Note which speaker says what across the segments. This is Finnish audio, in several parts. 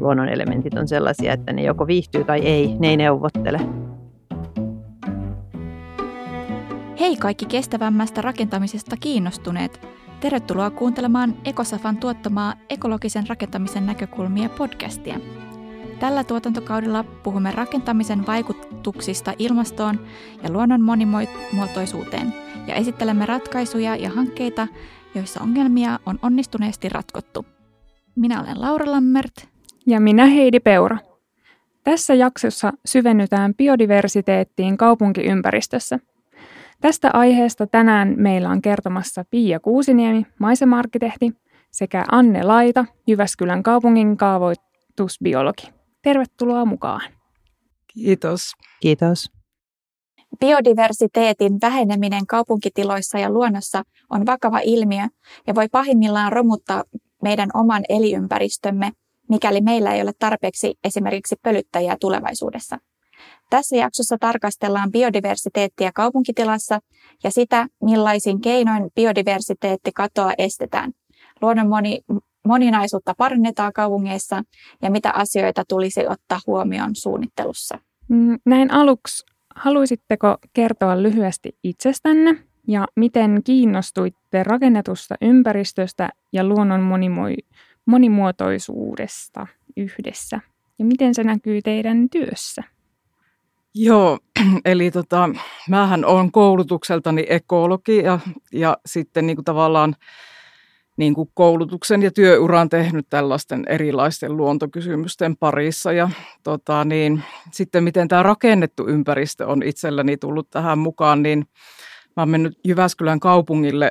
Speaker 1: luonnon elementit on sellaisia, että ne joko viihtyy tai ei, ne ei neuvottele.
Speaker 2: Hei kaikki kestävämmästä rakentamisesta kiinnostuneet! Tervetuloa kuuntelemaan Ecosafan tuottamaa ekologisen rakentamisen näkökulmia podcastia. Tällä tuotantokaudella puhumme rakentamisen vaikutuksista ilmastoon ja luonnon monimuotoisuuteen ja esittelemme ratkaisuja ja hankkeita, joissa ongelmia on onnistuneesti ratkottu. Minä olen Laura Lammert.
Speaker 3: Ja minä Heidi Peura. Tässä jaksossa syvennytään biodiversiteettiin kaupunkiympäristössä. Tästä aiheesta tänään meillä on kertomassa Pia Kuusiniemi, maisema-arkkitehti, sekä Anne Laita, Jyväskylän kaupungin kaavoitusbiologi. Tervetuloa mukaan.
Speaker 4: Kiitos.
Speaker 1: Kiitos.
Speaker 2: Biodiversiteetin väheneminen kaupunkitiloissa ja luonnossa on vakava ilmiö ja voi pahimmillaan romuttaa meidän oman elinympäristömme, mikäli meillä ei ole tarpeeksi esimerkiksi pölyttäjiä tulevaisuudessa. Tässä jaksossa tarkastellaan biodiversiteettiä kaupunkitilassa ja sitä, millaisin keinoin biodiversiteettikatoa estetään. Luonnon moninaisuutta parannetaan kaupungeissa ja mitä asioita tulisi ottaa huomioon suunnittelussa.
Speaker 3: Näin aluksi, haluaisitteko kertoa lyhyesti itsestänne ja miten kiinnostuitte rakennetusta ympäristöstä ja luonnon monimuotoisuudesta yhdessä? Ja miten se näkyy teidän työssä?
Speaker 4: Joo, eli mähän olen koulutukseltani ekologi ja sitten niin kuin tavallaan niin kuin koulutuksen ja työuran tehnyt tällaisten erilaisten luontokysymysten parissa. Ja sitten miten tämä rakennettu ympäristö on itselläni tullut tähän mukaan, niin mä oon mennyt Jyväskylän kaupungille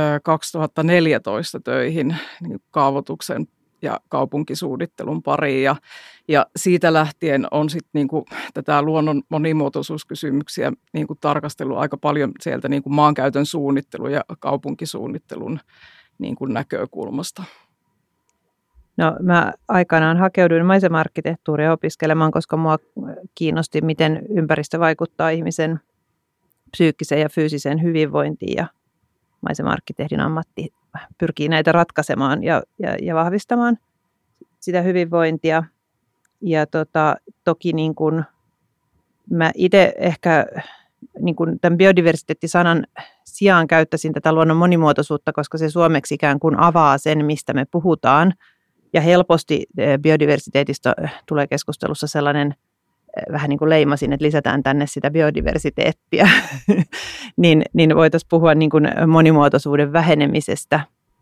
Speaker 4: 2014 töihin niin kaavoituksen ja kaupunkisuunnittelun pariin. Ja siitä lähtien on sitten niinku tätä luonnon monimuotoisuuskysymyksiä niinku tarkastellut aika paljon sieltä niinku maankäytön suunnittelun ja kaupunkisuunnittelun niinku näkökulmasta.
Speaker 1: No, mä aikanaan hakeuduin maisema-arkkitehtuuria opiskelemaan, koska mua kiinnosti, miten ympäristö vaikuttaa ihmisen psyykkiseen ja fyysiseen hyvinvointiin. Ja maisema-arkkitehdin ammatti pyrkii näitä ratkaisemaan ja vahvistamaan sitä hyvinvointia. Ja toki niin kun mä itse ehkä niin kun tämän biodiversiteettisanan sijaan käyttäisin tätä luonnon monimuotoisuutta, koska se suomeksi ikään kuin avaa sen, mistä me puhutaan. Ja helposti biodiversiteetistä tulee keskustelussa sellainen, vähän niin kuin leimasin, että lisätään tänne sitä biodiversiteettiä, niin voitaisiin puhua niin kuin monimuotoisuuden vähenemisestä.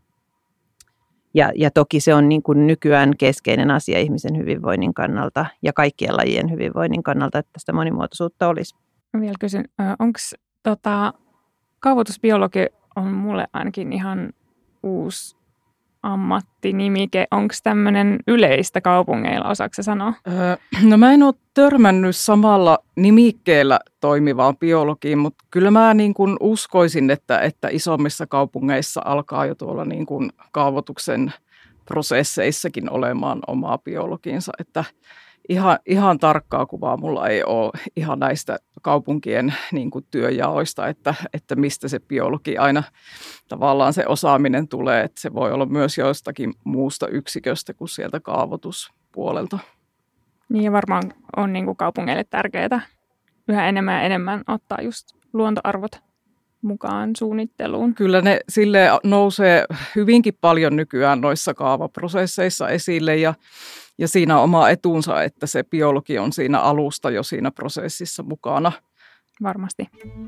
Speaker 1: Ja toki se on niin kuin nykyään keskeinen asia ihmisen hyvinvoinnin kannalta ja kaikkien lajien hyvinvoinnin kannalta, että sitä monimuotoisuutta olisi.
Speaker 3: Vielä kysyn, onko kaavoitusbiologi on mulle ainakin ihan uusi ammattinimike. Onko tämmöinen yleistä kaupungeilla, osaako sä sanoa?
Speaker 4: No mä en ole törmännyt samalla nimikkeellä toimivaan biologiin, mutta kyllä mä niin kuin uskoisin, että isommissa kaupungeissa alkaa jo tuolla niin kuin kaavoituksen prosesseissakin olemaan omaa biologiinsa, että ihan tarkkaa kuvaa mulla ei ole ihan näistä kaupunkien niin kuin työjaoista, että mistä se biologi aina tavallaan se osaaminen tulee, että se voi olla myös jostakin muusta yksiköstä kuin sieltä kaavoituspuolelta.
Speaker 3: Niin ja varmaan on niin kuin kaupungeille tärkeää yhä enemmän ja enemmän ottaa just luontoarvot mukaan suunnitteluun.
Speaker 4: Kyllä ne sille nousee hyvinkin paljon nykyään noissa kaavaprosesseissa esille ja siinä on oma etunsa, että se biologi on siinä alusta jo siinä prosessissa mukana.
Speaker 3: Varmasti.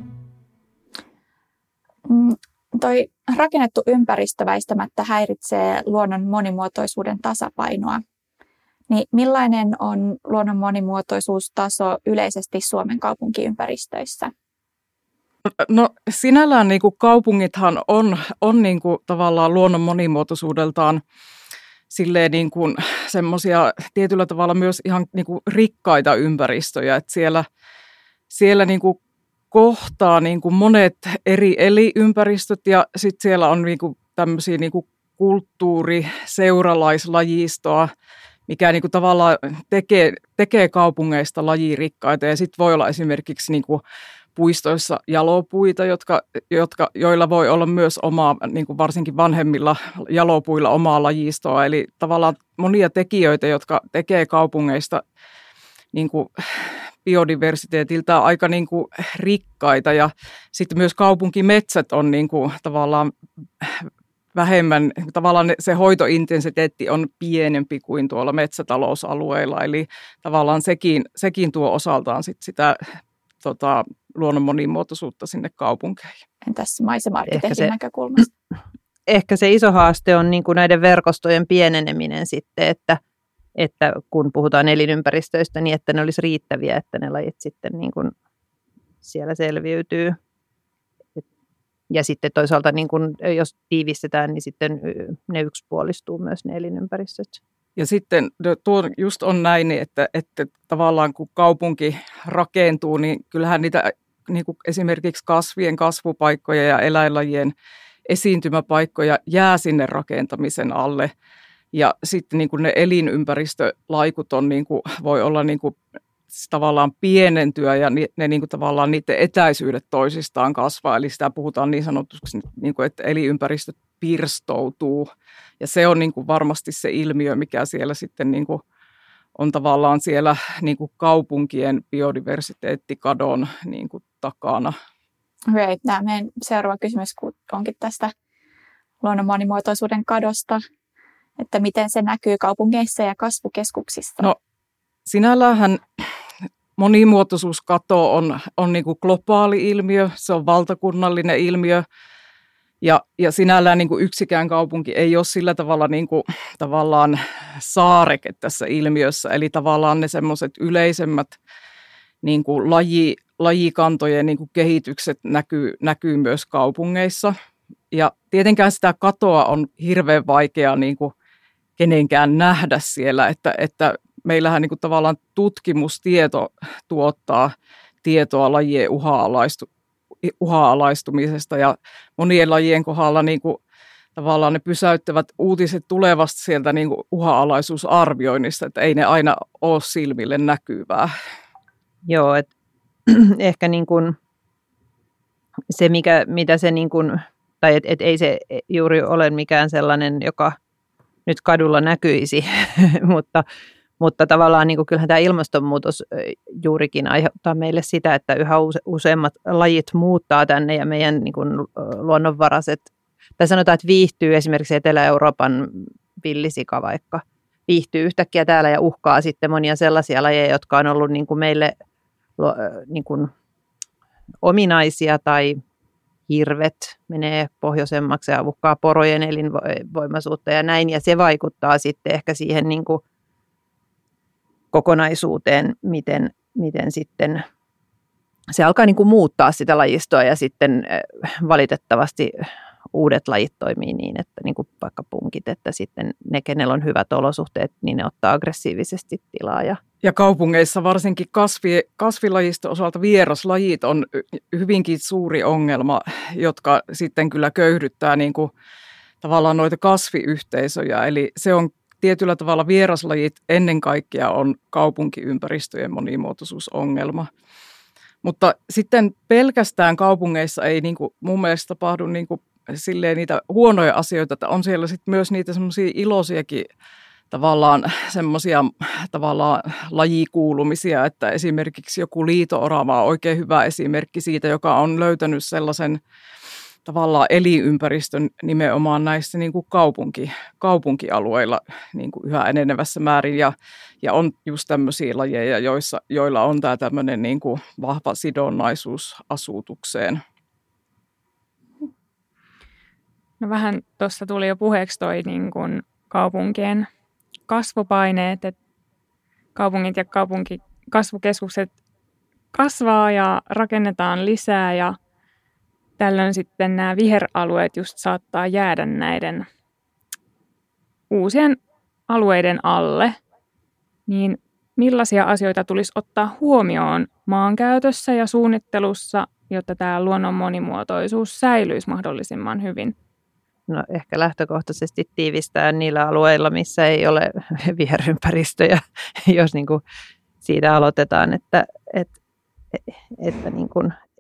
Speaker 2: Toi rakennettu ympäristö väistämättä häiritsee luonnon monimuotoisuuden tasapainoa. Niin millainen on luonnon monimuotoisuustaso yleisesti Suomen kaupunkiympäristöissä?
Speaker 4: No sinällään niin kuin kaupungithan on niin kuin tavallaan luonnon monimuotoisuudeltaan silleen niin kuin semmoisia tietyllä tavalla myös ihan niin kuin rikkaita ympäristöjä, että siellä niin kuin kohtaa niin kuin monet eri elinympäristöt ja sitten siellä on niin kuin tämmöisiä niin kuin kulttuuri-seuralaislajistoa, mikä niin kuin tavallaan tekee kaupungeista lajirikkaita ja sitten voi olla esimerkiksi niin kuin puistoissa jalopuita, joilla voi olla myös omaa, niin kuin varsinkin vanhemmilla jalopuilla omaa lajistoa. Eli tavallaan monia tekijöitä, jotka tekee kaupungeista niin kuin biodiversiteetiltä aika niin kuin rikkaita. Ja sitten myös kaupunkimetsät on niin kuin tavallaan vähemmän, tavallaan se hoitointensiteetti on pienempi kuin tuolla metsätalousalueilla. Eli tavallaan sekin tuo osaltaan sitä luonnon monimuotoisuutta sinne kaupunkeihin.
Speaker 2: Entäs maisema-arkkitehdin näkökulmasta?
Speaker 1: Ehkä se iso haaste on niin kuin näiden verkostojen pieneneminen sitten, että kun puhutaan elinympäristöistä, niin että ne olisi riittäviä, että ne lajit sitten niin kuin siellä selviytyy. Ja sitten toisaalta, niin kun, jos tiivistetään, niin sitten ne yksipuolistuu myös ne elinympäristöt.
Speaker 4: Ja sitten tuo just on näin, että tavallaan kun kaupunki rakentuu, niin kyllähän niitä niin kuin esimerkiksi kasvien kasvupaikkoja ja eläinlajien esiintymäpaikkoja jää sinne rakentamisen alle. Ja sitten niin kuin ne elinympäristölaikut on, niin kuin, voi olla niin kuin tavallaan pienentyä ja ne niin kuin tavallaan niiden etäisyydet toisistaan kasvaa. Eli sitä puhutaan niin sanotuksi, niin kuin, että elinympäristöt pirstoutuu. Ja se on niin kuin varmasti se ilmiö, mikä siellä sitten niin kuin on tavallaan siellä niin kuin kaupunkien biodiversiteettikadon niin kuin takana.
Speaker 2: Right. Tämä meidän seuraava kysymys onkin tästä luonnon monimuotoisuuden kadosta, että miten se näkyy kaupungeissa ja kasvukeskuksissa.
Speaker 4: No sinälläänhän monimuotoisuuskato on niin kuin globaali ilmiö, se on valtakunnallinen ilmiö ja sinällään niin kuin yksikään kaupunki ei ole sillä tavalla niin kuin, tavallaan saareke tässä ilmiössä, eli tavallaan ne semmoiset yleisemmät niin kuin lajikantojen niin kuin kehitykset näkyy myös kaupungeissa ja tietenkään sitä katoa on hirveän vaikea niin kuin kenenkään nähdä siellä, että meillähän niin kuin tavallaan tutkimustieto tuottaa tietoa lajien uhanalaistumisesta ja monien lajien kohdalla niin kuin tavallaan ne pysäyttävät uutiset tulevasta sieltä niin kuin uhanalaisuusarvioinnista, että ei ne aina ole silmille näkyvää.
Speaker 1: Joo, että ehkä niin kuin se, mitä se niin kuin, tai et ei se juuri ole mikään sellainen, joka nyt kadulla näkyisi, mutta tavallaan niin kuin kyllähän tämä ilmastonmuutos juurikin aiheuttaa meille sitä, että yhä useammat lajit muuttaa tänne ja meidän niin kuin luonnonvaraiset, tai sanotaan, että viihtyy esimerkiksi Etelä-Euroopan villisika vaikka, viihtyy yhtäkkiä täällä ja uhkaa sitten monia sellaisia lajeja, jotka on ollut niin kuin meille niin kuin ominaisia tai hirvet menee pohjoisemmaksi ja uhkaa porojen elinvoimaisuutta ja näin, ja se vaikuttaa sitten ehkä siihen niin kuin kokonaisuuteen, miten sitten se alkaa niin kuin muuttaa sitä lajistoa ja sitten valitettavasti uudet lajit toimii niin, että niin kuin vaikka punkit, että sitten ne, kenellä on hyvät olosuhteet, niin ne ottaa aggressiivisesti tilaa.
Speaker 4: Ja kaupungeissa varsinkin kasvilajiston osalta vieraslajit on hyvinkin suuri ongelma, jotka sitten kyllä köyhdyttää niin kuin tavallaan noita kasviyhteisöjä. Eli se on tietyllä tavalla vieraslajit ennen kaikkea on kaupunkiympäristöjen monimuotoisuusongelma. Mutta sitten pelkästään kaupungeissa ei niin kuin mun mielestä tapahdu niin kuin silleen niitä huonoja asioita, että on siellä sitten myös niitä semmoisia iloisiakin tavallaan semmoisia tavallaan lajikuulumisia, että esimerkiksi joku liito-orava on oikein hyvä esimerkki siitä, joka on löytänyt sellaisen tavallaan elinympäristön nimenomaan näissä niin kuin kaupunkialueilla niin kuin yhä enenevässä määrin ja on just tämmöisiä lajeja, joilla on tämä tämmöinen niin kuin vahva sidonnaisuus asutukseen.
Speaker 3: No vähän tuossa tuli jo puheeksi toi niin kuin kaupunkien kasvupaineet, että kaupungit ja kasvukeskukset kasvaa ja rakennetaan lisää ja tällöin sitten nämä viheralueet just saattaa jäädä näiden uusien alueiden alle. Niin millaisia asioita tulisi ottaa huomioon maankäytössä ja suunnittelussa, jotta tämä luonnon monimuotoisuus säilyisi mahdollisimman hyvin?
Speaker 1: No ehkä lähtökohtaisesti tiivistää niillä alueilla, missä ei ole viherympäristöjä, jos niin kuin siitä aloitetaan, että niin kuin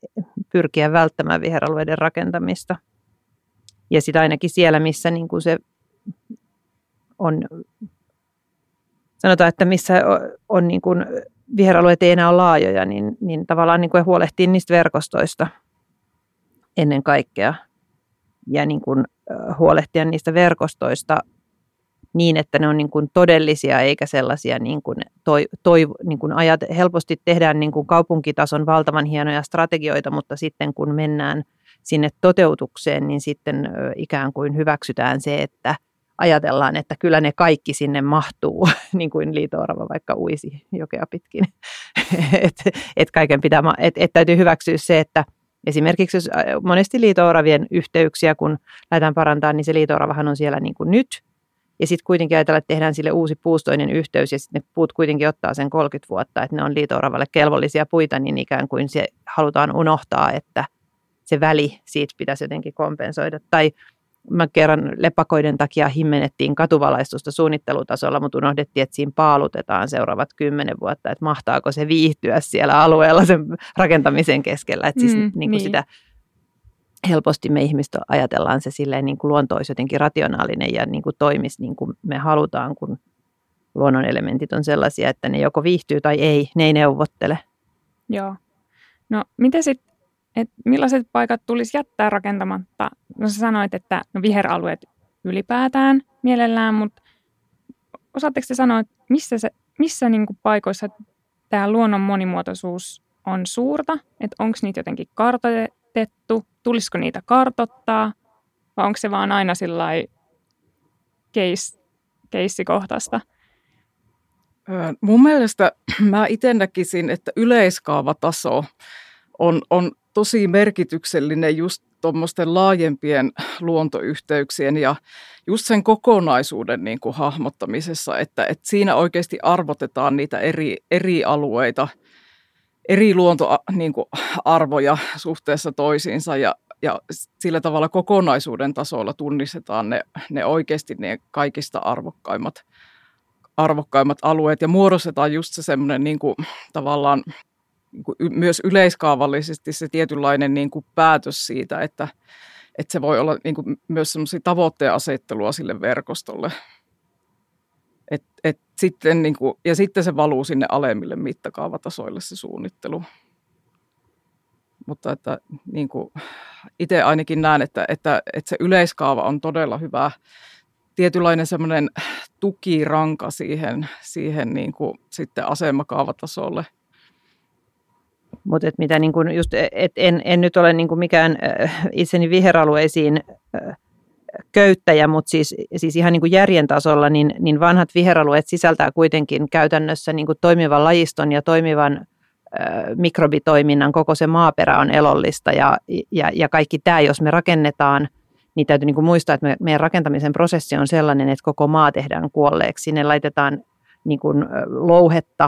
Speaker 1: pyrkiä välttämään viheralueiden rakentamista. Ja sitten ainakin siellä, missä niin kuin se on, sanotaan, että missä on niin kuin viheralueet ei enää ole laajoja, niin tavallaan niin kuin huolehtii niistä verkostoista ennen kaikkea. Ja niin kuin huolehtia niistä verkostoista niin, että ne on niin kuin todellisia eikä sellaisia, niin kuin niin kuin helposti tehdään niin kuin kaupunkitason valtavan hienoja strategioita, mutta sitten kun mennään sinne toteutukseen, niin sitten ikään kuin hyväksytään se, että ajatellaan, että kyllä ne kaikki sinne mahtuu, niin kuin liito-orava vaikka uisi jokea pitkin. Et kaiken pitää, täytyy hyväksyä se, että esimerkiksi jos monesti liito-oravien yhteyksiä, kun lähdetään parantamaan, niin se liito-oravahan on siellä niin kuin nyt. Ja sitten kuitenkin ajatellaan, että tehdään sille uusi puustoinen yhteys ja sitten ne puut kuitenkin ottaa sen 30 vuotta, että ne on liito-oravalle kelvollisia puita, niin ikään kuin se halutaan unohtaa, että se väli siitä pitäisi jotenkin kompensoida. Tai mä kerran lepakoiden takia himmennettiin katuvalaistusta suunnittelutasolla, mutta unohdettiin, että siinä paalutetaan seuraavat 10 vuotta, että mahtaako se viihtyä siellä alueella sen rakentamisen keskellä. Että siis niin kuin sitä helposti me ihmiset ajatellaan se silleen, niin kuin luonto olisi jotenkin rationaalinen ja niin kuin toimisi niin kuin me halutaan, kun luonnon elementit on sellaisia, että ne joko viihtyy tai ei, ne ei neuvottele.
Speaker 3: Joo. No miten sitten, millaiset paikat tulisi jättää rakentamatta? No sä sanoit, että viheralueet ylipäätään mielellään, mutta osaatteko te sanoa, että missä niin kuin paikoissa tämä luonnon monimuotoisuus on suurta? Että onko niitä jotenkin kartoitettu? Tulisiko niitä kartoittaa? Vai onko se vaan aina sillai keissikohtaista?
Speaker 4: Mun mielestä mä itse näkisin, että yleiskaavataso on tosi merkityksellinen just tuommoisten laajempien luontoyhteyksien ja just sen kokonaisuuden niin kuin hahmottamisessa, että siinä oikeasti arvotetaan niitä eri alueita, eri luontoarvoja suhteessa toisiinsa ja sillä tavalla kokonaisuuden tasolla tunnistetaan ne oikeasti ne kaikista arvokkaimmat alueet ja muodostetaan just se semmoinen niin kuin tavallaan myös yleiskaavallisesti se tietynlainen niin kuin päätös siitä, että se voi olla niin kuin myös semmoisia tavoitteen asettelua sille verkostolle. Sitten, niin kuin, ja sitten se valuu sinne alemmille mittakaavatasoille se suunnittelu. Mutta että, niin kuin, itse ainakin näen, että se yleiskaava on todella hyvä tietynlainen semmoinen tukiranka siihen niin kuin sitten asemakaavatasolle.
Speaker 1: Mutta mitä niin kun just, en nyt ole niin kun mikään itseni viheralueisiin köyttäjä, mutta siis ihan niin kuin järjen tasolla, niin vanhat viheralueet sisältää kuitenkin käytännössä niin kuin toimivan lajiston ja toimivan mikrobitoiminnan, koko se maaperä on elollista ja kaikki tämä, jos me rakennetaan, niin täytyy niin kuin muistaa, että meidän rakentamisen prosessi on sellainen, että koko maa tehdään kuolleeksi. Sinne laitetaan niin kuin louhetta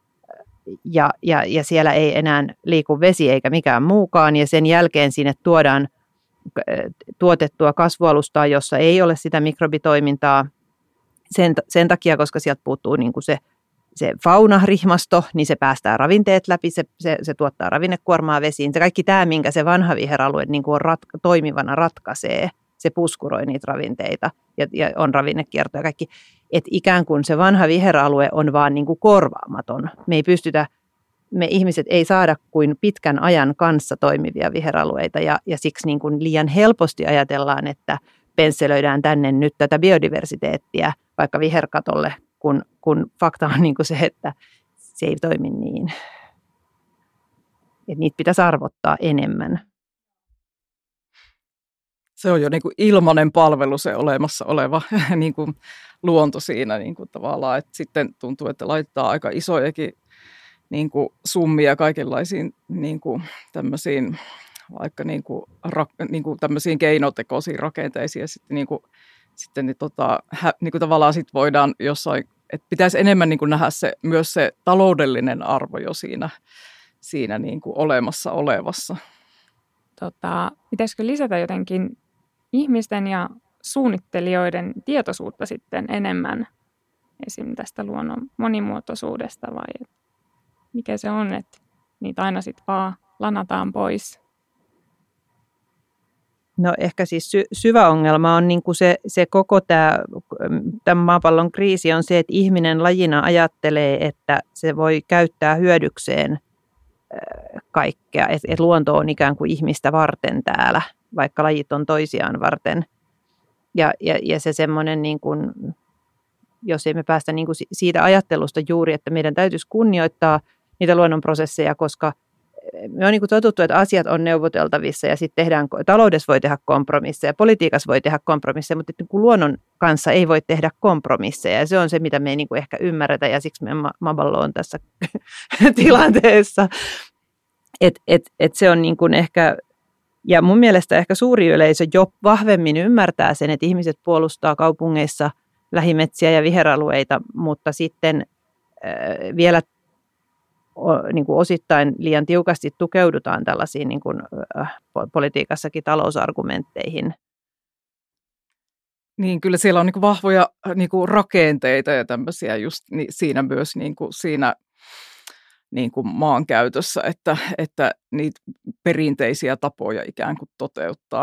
Speaker 1: ja siellä ei enää liiku vesi eikä mikään muukaan ja sen jälkeen sinne tuodaan tuotettua kasvualustaa, jossa ei ole sitä mikrobitoimintaa sen takia, koska sieltä puuttuu niin kuin se faunarihmasto, niin se päästää ravinteet läpi, se tuottaa ravinnekuormaa vesiin. Se kaikki tämä, minkä se vanha viheralue niin kuin toimivana ratkaisee, se puskuroi niitä ravinteita ja on ravinnekierto ja kaikki. Että ikään kuin se vanha viheralue on vaan niin kuin korvaamaton. Me ihmiset ei saada kuin pitkän ajan kanssa toimivia viheralueita ja siksi niin kuin liian helposti ajatellaan, että pensselöidään tänne nyt tätä biodiversiteettiä vaikka viherkatolle, kun fakta on niin kuin se, että se ei toimi niin. Että niitä pitäisi arvottaa enemmän.
Speaker 4: Se on jo niin kuin ilmainen palvelu se olemassa oleva niin kuin luonto siinä niin kuin tavallaan, että sitten tuntuu, että laittaa aika isojakin niin kuin summia kaikenlaisiin niin kuin tämmöisiin vaikka niin kuin tämmöisiin keinotekoisiin rakenteisiin ja sitten niin kuin tavallaan sit voidaan jossain, että pitäisi enemmän niin kuin nähdä myös se taloudellinen arvo jo siinä niin kuin olemassa olevassa.
Speaker 3: Pitäisikö lisätä jotenkin ihmisten ja suunnittelijoiden tietoisuutta sitten enemmän esim. Tästä luonnon monimuotoisuudesta vai mikä se on, että niitä aina sitten vaan lanataan pois?
Speaker 1: No ehkä siis syvä ongelma on niin kuin se koko tämän maapallon kriisi on se, että ihminen lajina ajattelee, että se voi käyttää hyödykseen kaikkea. Että luonto on ikään kuin ihmistä varten täällä, vaikka lajit on toisiaan varten. Ja se semmoinen, niin kuin, jos ei me päästä niin kuin siitä ajattelusta juuri, että meidän täytyisi kunnioittaa niitä luonnonprosesseja, koska me on niin kuin totuttu, että asiat on neuvoteltavissa ja sitten taloudessa voi tehdä kompromisseja, politiikassa voi tehdä kompromisseja, mutta niin kuin luonnon kanssa ei voi tehdä kompromisseja. Ja se on se, mitä me ei niin kuin ehkä ymmärretä ja siksi meidän maapallo on tässä tilanteessa. Et se on niin kuin ehkä, ja mun mielestä ehkä suuri yleisö jo vahvemmin ymmärtää sen, että ihmiset puolustaa kaupungeissa lähimetsiä ja viheralueita, mutta sitten vielä niin kuin osittain liian tiukasti tukeudutaan tällaisiin niin kuin, politiikassakin talousargumentteihin.
Speaker 4: Niin, kyllä siellä on niin kuin vahvoja niin kuin rakenteita ja tämmöisiä just siinä myös niin kuin siinä niin kuin maankäytössä, että niitä perinteisiä tapoja ikään kuin toteuttaa.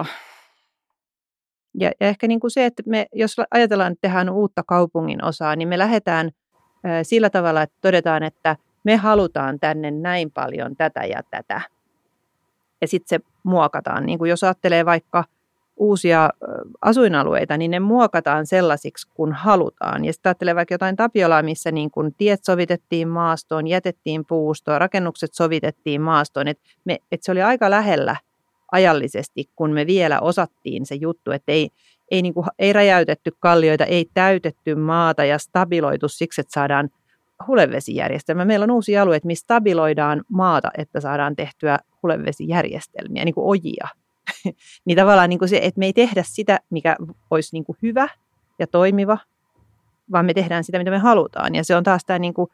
Speaker 1: Ja ehkä niin kuin se, että jos ajatellaan, että tehdään uutta kaupungin osaa, niin me lähdetään sillä tavalla, että todetaan, että me halutaan tänne näin paljon tätä ja tätä. Ja sitten se muokataan. Niin kuin jos ajattelee vaikka uusia asuinalueita, niin ne muokataan sellaisiksi, kun halutaan. Ja sitten ajattelee vaikka jotain Tapiolaa, missä niin kun tiet sovitettiin maastoon, jätettiin puustoon, rakennukset sovitettiin maastoon. Että se oli aika lähellä ajallisesti, kun me vielä osattiin se juttu, että ei räjäytetty kallioita, ei täytetty maata ja stabiloitu siksi, että saadaan hulevesijärjestelmä. Meillä on uusia alueita, missä stabiloidaan maata, että saadaan tehtyä hulevesijärjestelmiä, niin kuin ojia. Niin tavallaan niin kuin se, että me ei tehdä sitä, mikä olisi niin kuin hyvä ja toimiva, vaan me tehdään sitä, mitä me halutaan. Ja se on taas tämä niin kuin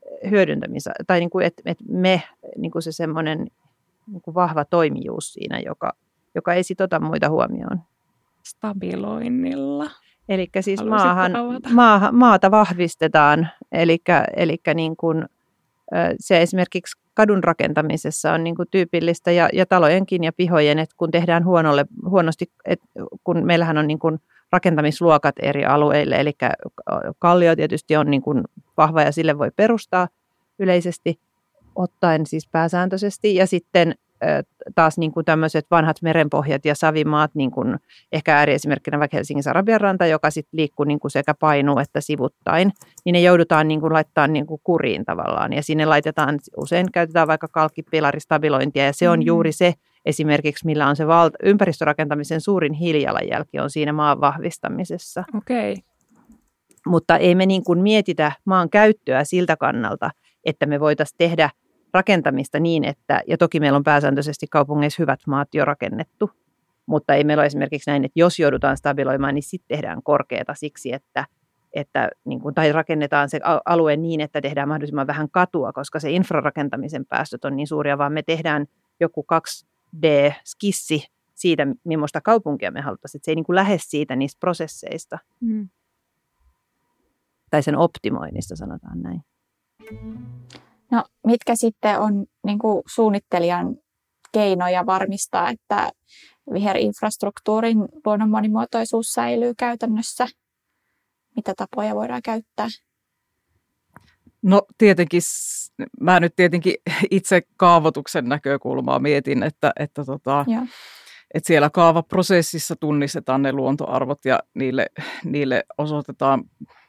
Speaker 1: tai niin kuin, että me, niin kuin se semmoinen niin kuin vahva toimijuus siinä, joka ei sit ota muita huomioon.
Speaker 3: Stabiloinnilla.
Speaker 1: Eli siis maata vahvistetaan, eli niin kuin, se esimerkiksi kadun rakentamisessa on niin kuin tyypillistä ja talojenkin ja pihojen, että kun tehdään huonosti, kun meillähän on niin kuin rakentamisluokat eri alueille, eli kallio tietysti on niin kuin vahva ja sille voi perustaa yleisesti ottaen siis pääsääntöisesti ja sitten taas niin kuin tämmöiset vanhat merenpohjat ja savimaat, niin kuin ehkä ääriesimerkkinä vaikka Helsingin Arabianranta, joka sitten liikkuu niin kuin sekä painuu että sivuttain, niin ne joudutaan niin kuin laittamaan niin kuin kuriin tavallaan. Ja sinne usein käytetään vaikka kalkkipilaristabilointia, ja se on juuri se esimerkiksi, millä on se ympäristörakentamisen suurin hiilijalanjälki on siinä maan vahvistamisessa.
Speaker 3: Okay.
Speaker 1: Mutta ei me niin kuin mietitä maan käyttöä siltä kannalta, että me voitaisiin tehdä rakentamista niin, että, ja toki meillä on pääsääntöisesti kaupungeissa hyvät maat jo rakennettu, mutta ei meillä ole esimerkiksi näin, että jos joudutaan stabiloimaan, niin sitten tehdään korkeata siksi, että niin kuin, tai rakennetaan se alue niin, että tehdään mahdollisimman vähän katua, koska se infrarakentamisen päästöt on niin suuria, vaan me tehdään joku 2D-skissi siitä, millaista kaupunkia me haluttaisiin, että se ei niin kuin lähde siitä niistä prosesseista. Tai sen optimoinnista, sanotaan näin.
Speaker 2: No, mitkä sitten on niin kuin suunnittelijan keinoja varmistaa, että viherinfrastruktuurin luonnon monimuotoisuus säilyy käytännössä? Mitä tapoja voidaan käyttää?
Speaker 4: No tietenkin, mä nyt tietenkin itse kaavoituksen näkökulmaa mietin, että siellä kaavaprosessissa tunnistetaan ne luontoarvot ja niille osoitetaan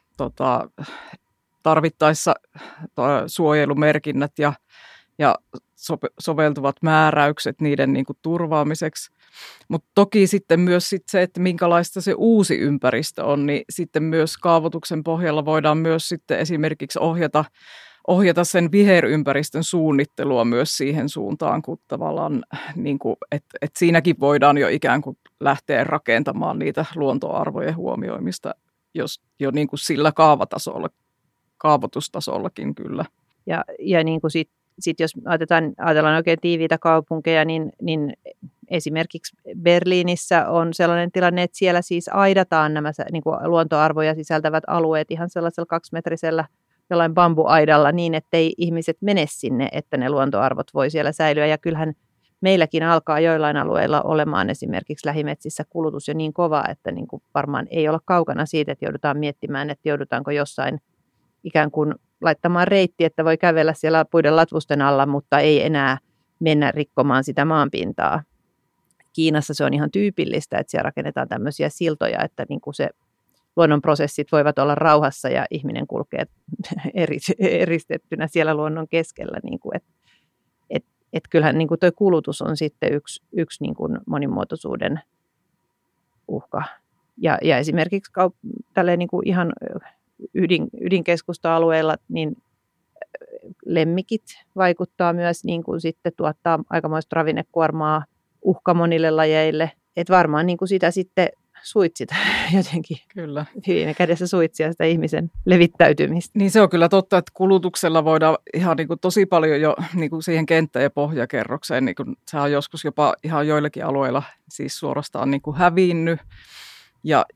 Speaker 4: tarvittaessa suojelumerkinnät ja soveltuvat määräykset niiden niin kuin turvaamiseksi. Mutta toki sitten myös se, että minkälaista se uusi ympäristö on, niin sitten myös kaavoituksen pohjalla voidaan myös sitten esimerkiksi ohjata sen viherympäristön suunnittelua myös siihen suuntaan, kun tavallaan, niin kuin, että siinäkin voidaan jo ikään kuin lähteä rakentamaan niitä luontoarvojen huomioimista, jos jo niin kuin sillä kaavoitustasollakin kyllä.
Speaker 1: Ja niin kuin sit jos ajatellaan oikein tiiviitä kaupunkeja, niin esimerkiksi Berliinissä on sellainen tilanne, että siellä siis aidataan nämä niin kuin luontoarvoja sisältävät alueet ihan sellaisella 2-metrisellä jollain bambuaidalla niin, ettei ihmiset mene sinne, että ne luontoarvot voi siellä säilyä. Ja kyllähän meilläkin alkaa joillain alueilla olemaan esimerkiksi lähimetsissä kulutus jo niin kova, että niin kuin varmaan ei olla kaukana siitä, että joudutaan miettimään, että joudutaanko jossain ikään kuin laittamaan reitti, että voi kävellä siellä puiden latvusten alla, mutta ei enää mennä rikkomaan sitä maanpintaa. Kiinassa se on ihan tyypillistä, että siellä rakennetaan tämmöisiä siltoja, että niin kuin se luonnonprosessit voivat olla rauhassa ja ihminen kulkee eristettynä siellä luonnon keskellä. Niin kuin, että kyllähän niin kuin tuo kulutus on sitten yksi niin kuin monimuotoisuuden uhka. Ja esimerkiksi tälleen niin kuin ihan ydinkeskusta-alueilla niin lemmikit vaikuttaa myös, niin kuin sitten tuottaa aikamoista ravinnekuormaa uhka monille lajeille. Että varmaan niin kuin sitä sitten suitsita jotenkin.
Speaker 4: Kyllä.
Speaker 1: Viime kädessä suitsia sitä ihmisen levittäytymistä.
Speaker 4: Niin se on kyllä totta, että kulutuksella voidaan ihan niin kuin tosi paljon jo niin kuin siihen kenttä- ja pohjakerrokseen. Niin kuin se on joskus jopa ihan joillakin alueilla siis suorastaan niin kuin hävinnyt. Ja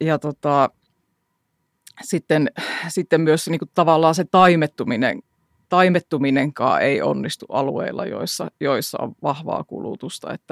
Speaker 4: sitten myös niin kuin tavallaan se taimettuminenkaan ei onnistu alueilla, joissa on vahvaa kulutusta, että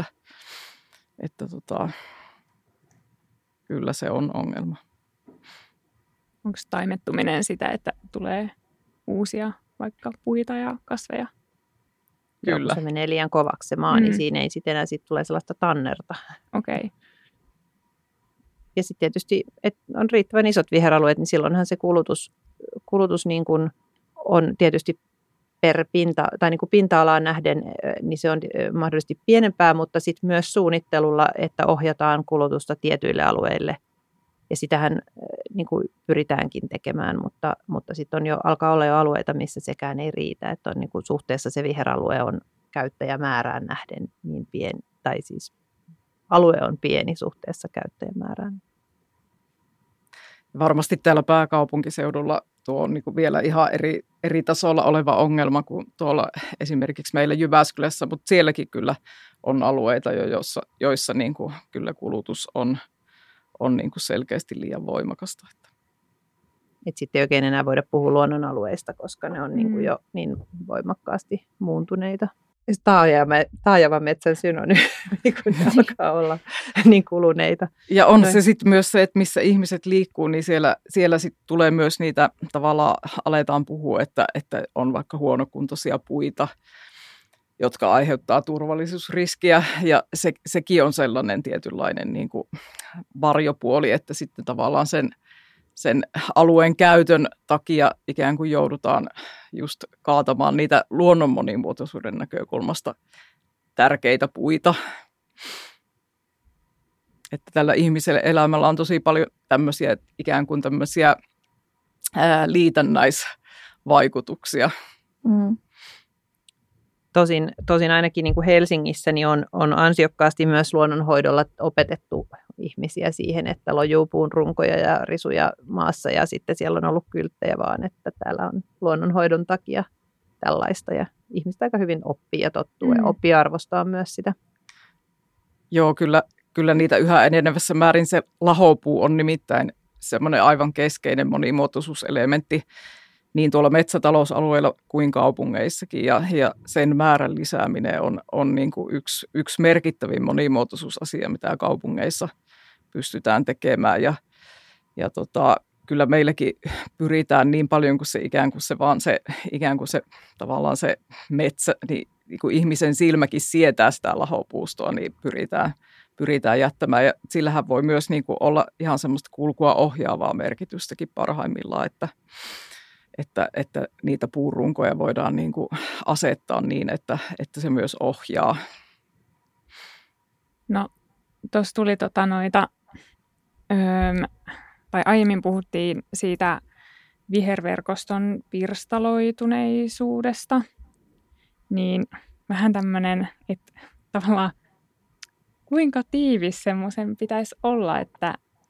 Speaker 4: kyllä se on ongelma.
Speaker 3: Onko taimettuminen sitä, että tulee uusia vaikka puita ja kasveja?
Speaker 4: Kyllä.
Speaker 1: Jos se menee liian kovaksi se maa, niin siinä ei sitten enää tule sellaista tannerta.
Speaker 3: Okei. Okay.
Speaker 1: Ja sitten tietysti, että on riittävän isot viheralueet, niin silloinhan se kulutus niin kuin on tietysti per niin kuin pinta-alaan nähden, niin se on mahdollisesti pienempää, mutta sitten myös suunnittelulla, että ohjataan kulutusta tietyille alueille. Ja sitähän niin kuin pyritäänkin tekemään, mutta sitten alkaa olla jo alueita, missä sekään ei riitä. Että on niin kuin suhteessa se viheralue on käyttäjämäärään nähden niin pieni, tai siis alue on pieni suhteessa käyttäjämäärään.
Speaker 4: Varmasti täällä pääkaupunkiseudulla tuo on niin kuin vielä ihan eri tasolla oleva ongelma kuin tuolla esimerkiksi meillä Jyväskylässä, mutta sielläkin kyllä on alueita, joissa niin kuin kyllä kulutus on niin kuin selkeästi liian voimakasta.
Speaker 1: Et sitten ei oikein enää voida puhua luonnonalueista, koska ne on niin kuin jo niin voimakkaasti muuntuneita. Taajavan metsän synonyymi, kun ne alkaa olla niin kuluneita.
Speaker 4: Ja on se sitten myös se, että missä ihmiset liikkuu, niin siellä sitten tulee myös niitä, tavallaan aletaan puhua, että on vaikka huonokuntoisia puita, jotka aiheuttaa turvallisuusriskiä. Ja sekin on sellainen tietynlainen niin kuin varjopuoli, että sitten tavallaan sen alueen käytön takia ikään kuin joudutaan just kaatamaan niitä luonnon monimuotoisuuden näkökulmasta tärkeitä puita. Että tällä ihmisellä elämällä on tosi paljon tämmöisiä ikään kuin tämmöisiä liitännäisvaikutuksia.
Speaker 1: Mm. Tosin ainakin niin kuin Helsingissä niin on ansiokkaasti myös luonnonhoidolla opetettu ihmisiä siihen, että lojuu puun runkoja ja risuja maassa ja sitten siellä on ollut kylttejä vaan, että täällä on luonnonhoidon takia tällaista ja ihmiset aika hyvin oppii ja tottuu ja oppii arvostaa myös sitä.
Speaker 4: Joo, kyllä niitä yhä enenevässä määrin se lahopuu on nimittäin semmoinen aivan keskeinen monimuotoisuuselementti niin tuolla metsätalousalueilla kuin kaupungeissakin, ja sen määrän lisääminen on niin kuin yksi merkittävin monimuotoisuusasia, mitä kaupungeissa pystytään tekemään, ja kyllä meilläkin pyritään niin paljon kuin se ikään kuin se tavallaan se metsä, niin kuin ihmisen silmäkin sietää sitä lahopuustoa, niin pyritään jättämään, ja sillähän voi myös niin kuin olla ihan semmoista kulkua ohjaavaa merkitystäkin parhaimmillaan, että niitä puurunkoja voidaan niin kuin asettaa niin, että se myös ohjaa.
Speaker 3: No, tuossa tuli tai aiemmin puhuttiin siitä viherverkoston pirstaloituneisuudesta, niin vähän tämmöinen, että tavallaan kuinka tiivis semmoisen pitäisi olla, että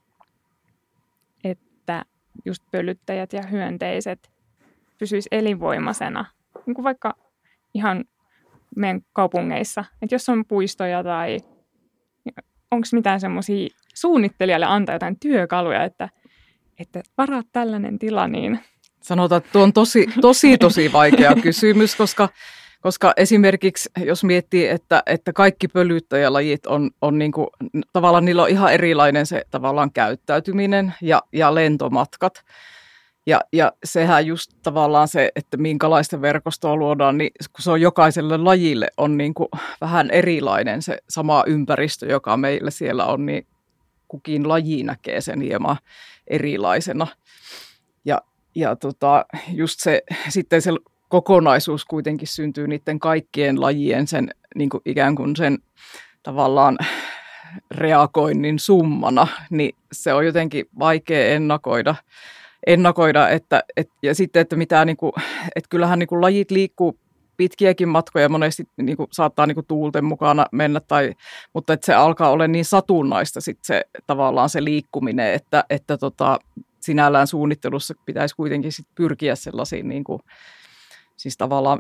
Speaker 3: just pölyttäjät ja hyönteiset pysyisi elinvoimaisena, niin kuin vaikka ihan meidän kaupungeissa. Että jos on puistoja tai onko mitään semmoisia suunnittelijalle antaa jotain työkaluja, että varaat tällainen tila, niin
Speaker 4: Sanotaan, että tuo on tosi vaikea kysymys, koska esimerkiksi jos miettii, että kaikki pölyttäjälajit on niin kuin, tavallaan niillä on ihan erilainen se tavallaan käyttäytyminen ja lentomatkat. Ja sehän just tavallaan se, että minkälaista verkostoa luodaan, niin kun se on jokaiselle lajille on niin kuin vähän erilainen se sama ympäristö, joka meillä siellä on, niin kukin laji näkee sen hieman erilaisena. Ja just se, sitten se kokonaisuus kuitenkin syntyy niiden kaikkien lajien sen niin kuin ikään kuin sen tavallaan reagoinnin summana, niin se on jotenkin vaikea ennakoida ja sitten, että mitä niinku, että kyllähän niinku lajit liikkuu pitkiäkin matkoja, monesti niinku saattaa niinku tuulten mukana mennä, mutta että se alkaa olla niin satunnaista sit se tavallaan se liikkuminen, että sinällään suunnittelussa pitäisi kuitenkin sit pyrkiä sellaisiin niinku, siis tavallaan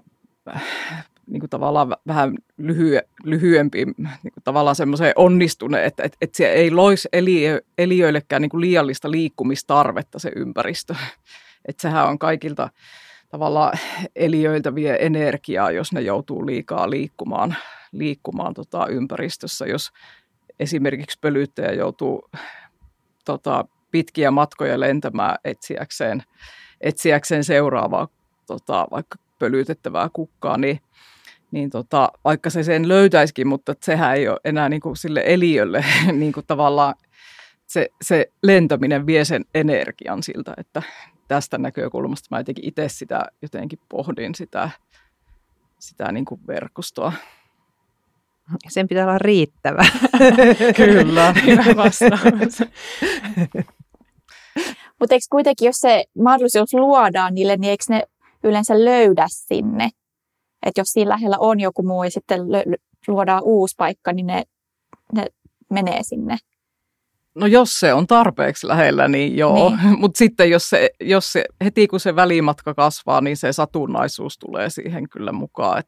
Speaker 4: vähän lyhyempiin, niinku tavallaan semmoiseen onnistuneen, että se ei loisi eliöillekään niinku liiallista liikkumistarvetta se ympäristö. Että sehän on kaikilta tavallaan eliöiltä vie energiaa, jos ne joutuu liikaa liikkumaan ympäristössä. Jos esimerkiksi pölyttäjä joutuu pitkiä matkoja lentämään etsiäkseen seuraavaa vaikka pölytettävää kukkaa, niin vaikka se sen löytäisikin, mutta sehän ei ole enää niin kuin sille eliölle niin kuin tavallaan se lentäminen vie sen energian siltä, että tästä näkökulmasta mä itse sitä jotenkin pohdin sitä niin kuin verkostoa.
Speaker 1: Sen pitää olla riittävä.
Speaker 4: Kyllä.
Speaker 3: Hyvä vastaus.
Speaker 2: Mutta eikö kuitenkin, jos se mahdollisuus luodaan niille, niin eikö ne yleensä löydä sinne? Että jos siinä lähellä on joku muu ja sitten luodaan uusi paikka, niin ne menee sinne.
Speaker 4: No jos se on tarpeeksi lähellä, niin joo. Niin. Mutta sitten jos se heti kun se välimatka kasvaa, niin se satunnaisuus tulee siihen kyllä mukaan.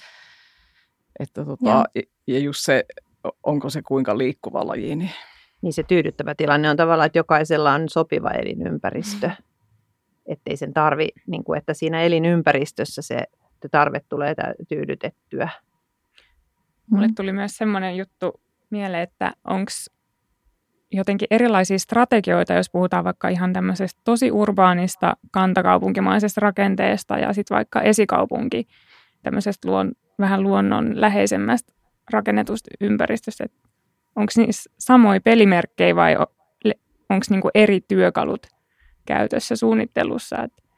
Speaker 4: Ja just se, onko se kuinka liikkuva laji.
Speaker 1: Niin se tyydyttävä tilanne on tavallaan, että jokaisella on sopiva elinympäristö. Ettei sen tarvi, niin kuin, että siinä elinympäristössä se tarve tulee tyydytettyä.
Speaker 3: Mulle tuli myös semmoinen juttu mieleen, että onko jotenkin erilaisia strategioita, jos puhutaan vaikka ihan tämmöisestä tosi urbaanista kantakaupunkimaisesta rakenteesta ja sitten vaikka esikaupunki tämmöisestä vähän luonnonläheisemmästä rakennetusta ympäristöstä. Onko niissä samoja pelimerkkejä vai onko niinku eri työkalut käytössä suunnittelussa?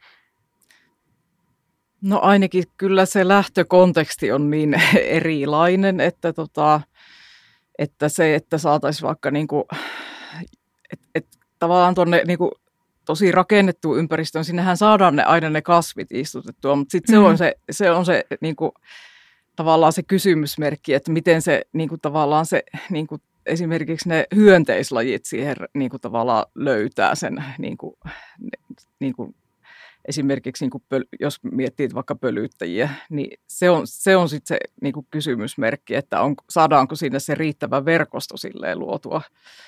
Speaker 4: No ainakin kyllä se lähtökonteksti on niin erilainen, että se, että saataisiin vaikka niinku, tavallaan tuonne niinku tosi rakennettuun ympäristöön, sinnehän saadaan aina ne kasvit istutettua, mutta sitten se on se niinku, tavallaan se kysymysmerkki, että miten se niinku, tavallaan se niinku, esimerkiksi ne hyönteislajit siihen niinku, tavallaan löytää sen niinku, esimerkiksi niin kuin jos miettii vaikka pölyttäjiä, niin se on sitten se niin kuin kysymysmerkki, että saadaanko sinne se riittävä verkosto silleen luotua.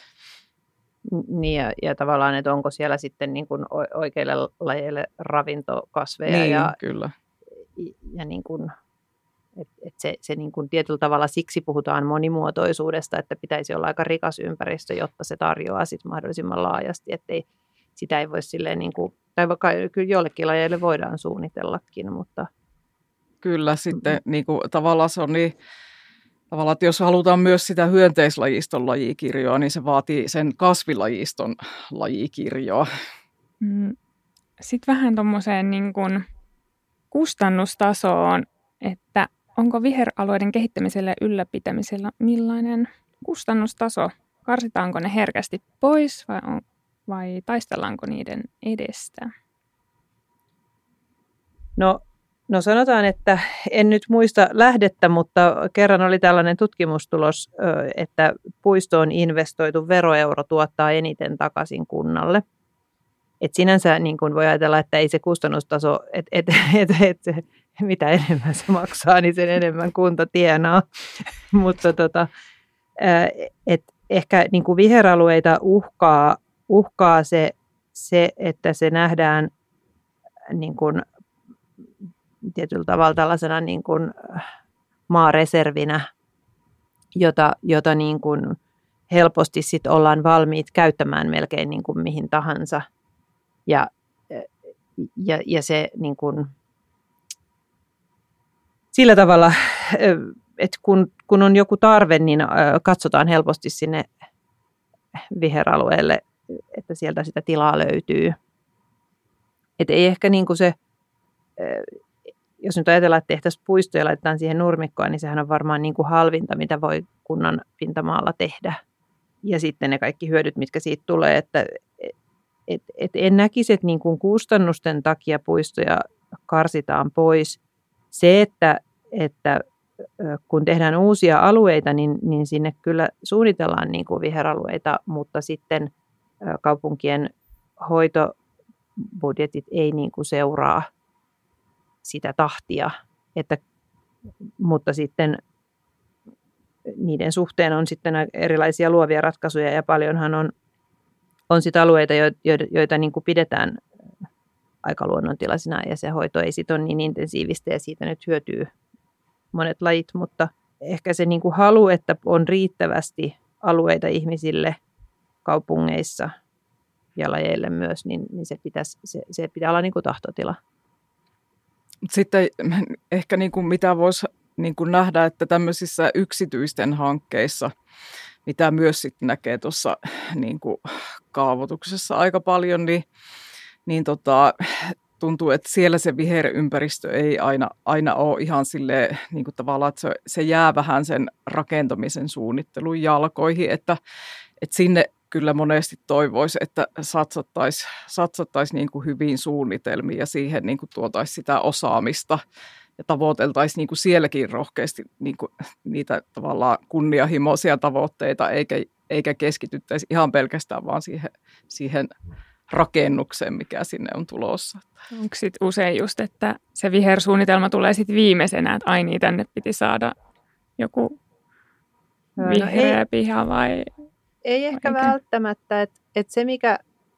Speaker 1: Niin ja tavallaan, että onko siellä sitten niin kuin oikeille lajeille ravintokasveja.
Speaker 4: Niin,
Speaker 1: ja,
Speaker 4: kyllä.
Speaker 1: Ja niin kuin, että se niin kuin tietyllä tavalla siksi puhutaan monimuotoisuudesta, että pitäisi olla aika rikas ympäristö, jotta se tarjoaa sit mahdollisimman laajasti, ettei sitä ei voi silleen niin kuin, tai vaikka kyllä jollekin lajeille voidaan suunnitellakin, mutta... Kyllä
Speaker 4: sitten niin kuin, tavallaan se on niin, tavallaan, että jos halutaan myös sitä hyönteislajiston lajikirjoa, niin se vaatii sen kasvilajiston lajikirjoa.
Speaker 3: Sitten vähän tuommoiseen niin kuin kustannustasoon, että onko viheralueiden kehittämisellä ja ylläpitämisellä millainen kustannustaso? Karsitaanko ne herkästi pois vai taistellaanko niiden edestä?
Speaker 1: No sanotaan, että en nyt muista lähdettä, mutta kerran oli tällainen tutkimustulos, että puistoon investoitu veroeuro tuottaa eniten takaisin kunnalle. Et sinänsä niin kun voi ajatella, että ei se kustannustaso, että mitä enemmän se maksaa, niin sen enemmän kunta tienaa. Mutta ehkä niin kuin viheralueita uhkaa se, että se nähdään niin kuin tietyllä tavalla tällaisena niin kuin maareservinä, jota niin kuin helposti sit ollaan valmiit käyttämään melkein niin kuin mihin tahansa. Ja se niin kuin, sillä tavalla, että kun on joku tarve, niin katsotaan helposti sinne viheralueelle, että sieltä sitä tilaa löytyy. Et ei ehkä niin kuin se, jos nyt ajatellaan, että tehtäisiin puisto ja laitetaan siihen nurmikkoon, niin sehän on varmaan niin kuin halvinta, mitä voi kunnan pintamaalla tehdä. Ja sitten ne kaikki hyödyt, mitkä siitä tulee, että en näkisi, että niin kuin kustannusten takia puistoja karsitaan pois. Se, että kun tehdään uusia alueita, niin sinne kyllä suunnitellaan niin kuin viheralueita, mutta sitten kaupunkien hoitobudjetit ei niin kuin seuraa sitä tahtia, mutta sitten niiden suhteen on sitten erilaisia luovia ratkaisuja ja paljonhan on sitten alueita, joita niin kuin pidetään aika luonnontilaisina ja se hoito ei sitten ole niin intensiivistä ja siitä nyt hyötyy monet lajit, mutta ehkä se niin kuin halu, että on riittävästi alueita ihmisille kaupungeissa ja lajeille myös, niin se pitää olla niin kuin tahtotila.
Speaker 4: Sitten ehkä niin kuin mitä voisi niin kuin nähdä, että tämmöisissä yksityisten hankkeissa, mitä myös sitten näkee tuossa niin kuin kaavoituksessa aika paljon, niin tuntuu, että siellä se viherympäristö ei aina ole ihan silleen, niin kuin tavallaan, että se jää vähän sen rakentamisen suunnittelun jalkoihin, että sinne kyllä monesti toivoisi, että satsattaisiin niin kuin hyviin suunnitelmiin ja siihen niin kuin tuotaisiin sitä osaamista ja tavoiteltaisiin niin kuin sielläkin rohkeasti niin kuin niitä tavallaan kunnianhimoisia tavoitteita, eikä keskityttäisi ihan pelkästään vaan siihen rakennukseen, mikä sinne on tulossa.
Speaker 3: Onko sitten usein just, että se vihersuunnitelma tulee sitten viimeisenä, että ai niin, tänne piti saada joku vihreä piha vai?
Speaker 1: Ei ehkä välttämättä, että se mikä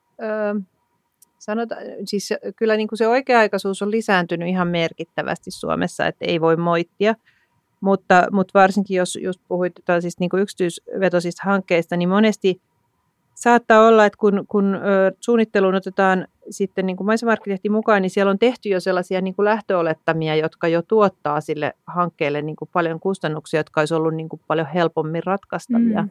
Speaker 1: sanotaan, siis kyllä niin kuin se oikea-aikaisuus on lisääntynyt ihan merkittävästi Suomessa, että ei voi moittia, mutta varsinkin jos puhuit siis niin kuin yksityisvetoisista hankkeista, niin monesti saattaa olla, että kun suunnitteluun otetaan sitten niin kuin maisema-arkkitehti mukaan, niin siellä on tehty jo sellaisia niin kuin lähtöolettamia, jotka jo tuottaa sille hankkeelle niin kuin paljon kustannuksia, jotka olisi ollut niin kuin paljon helpommin ratkaistavia.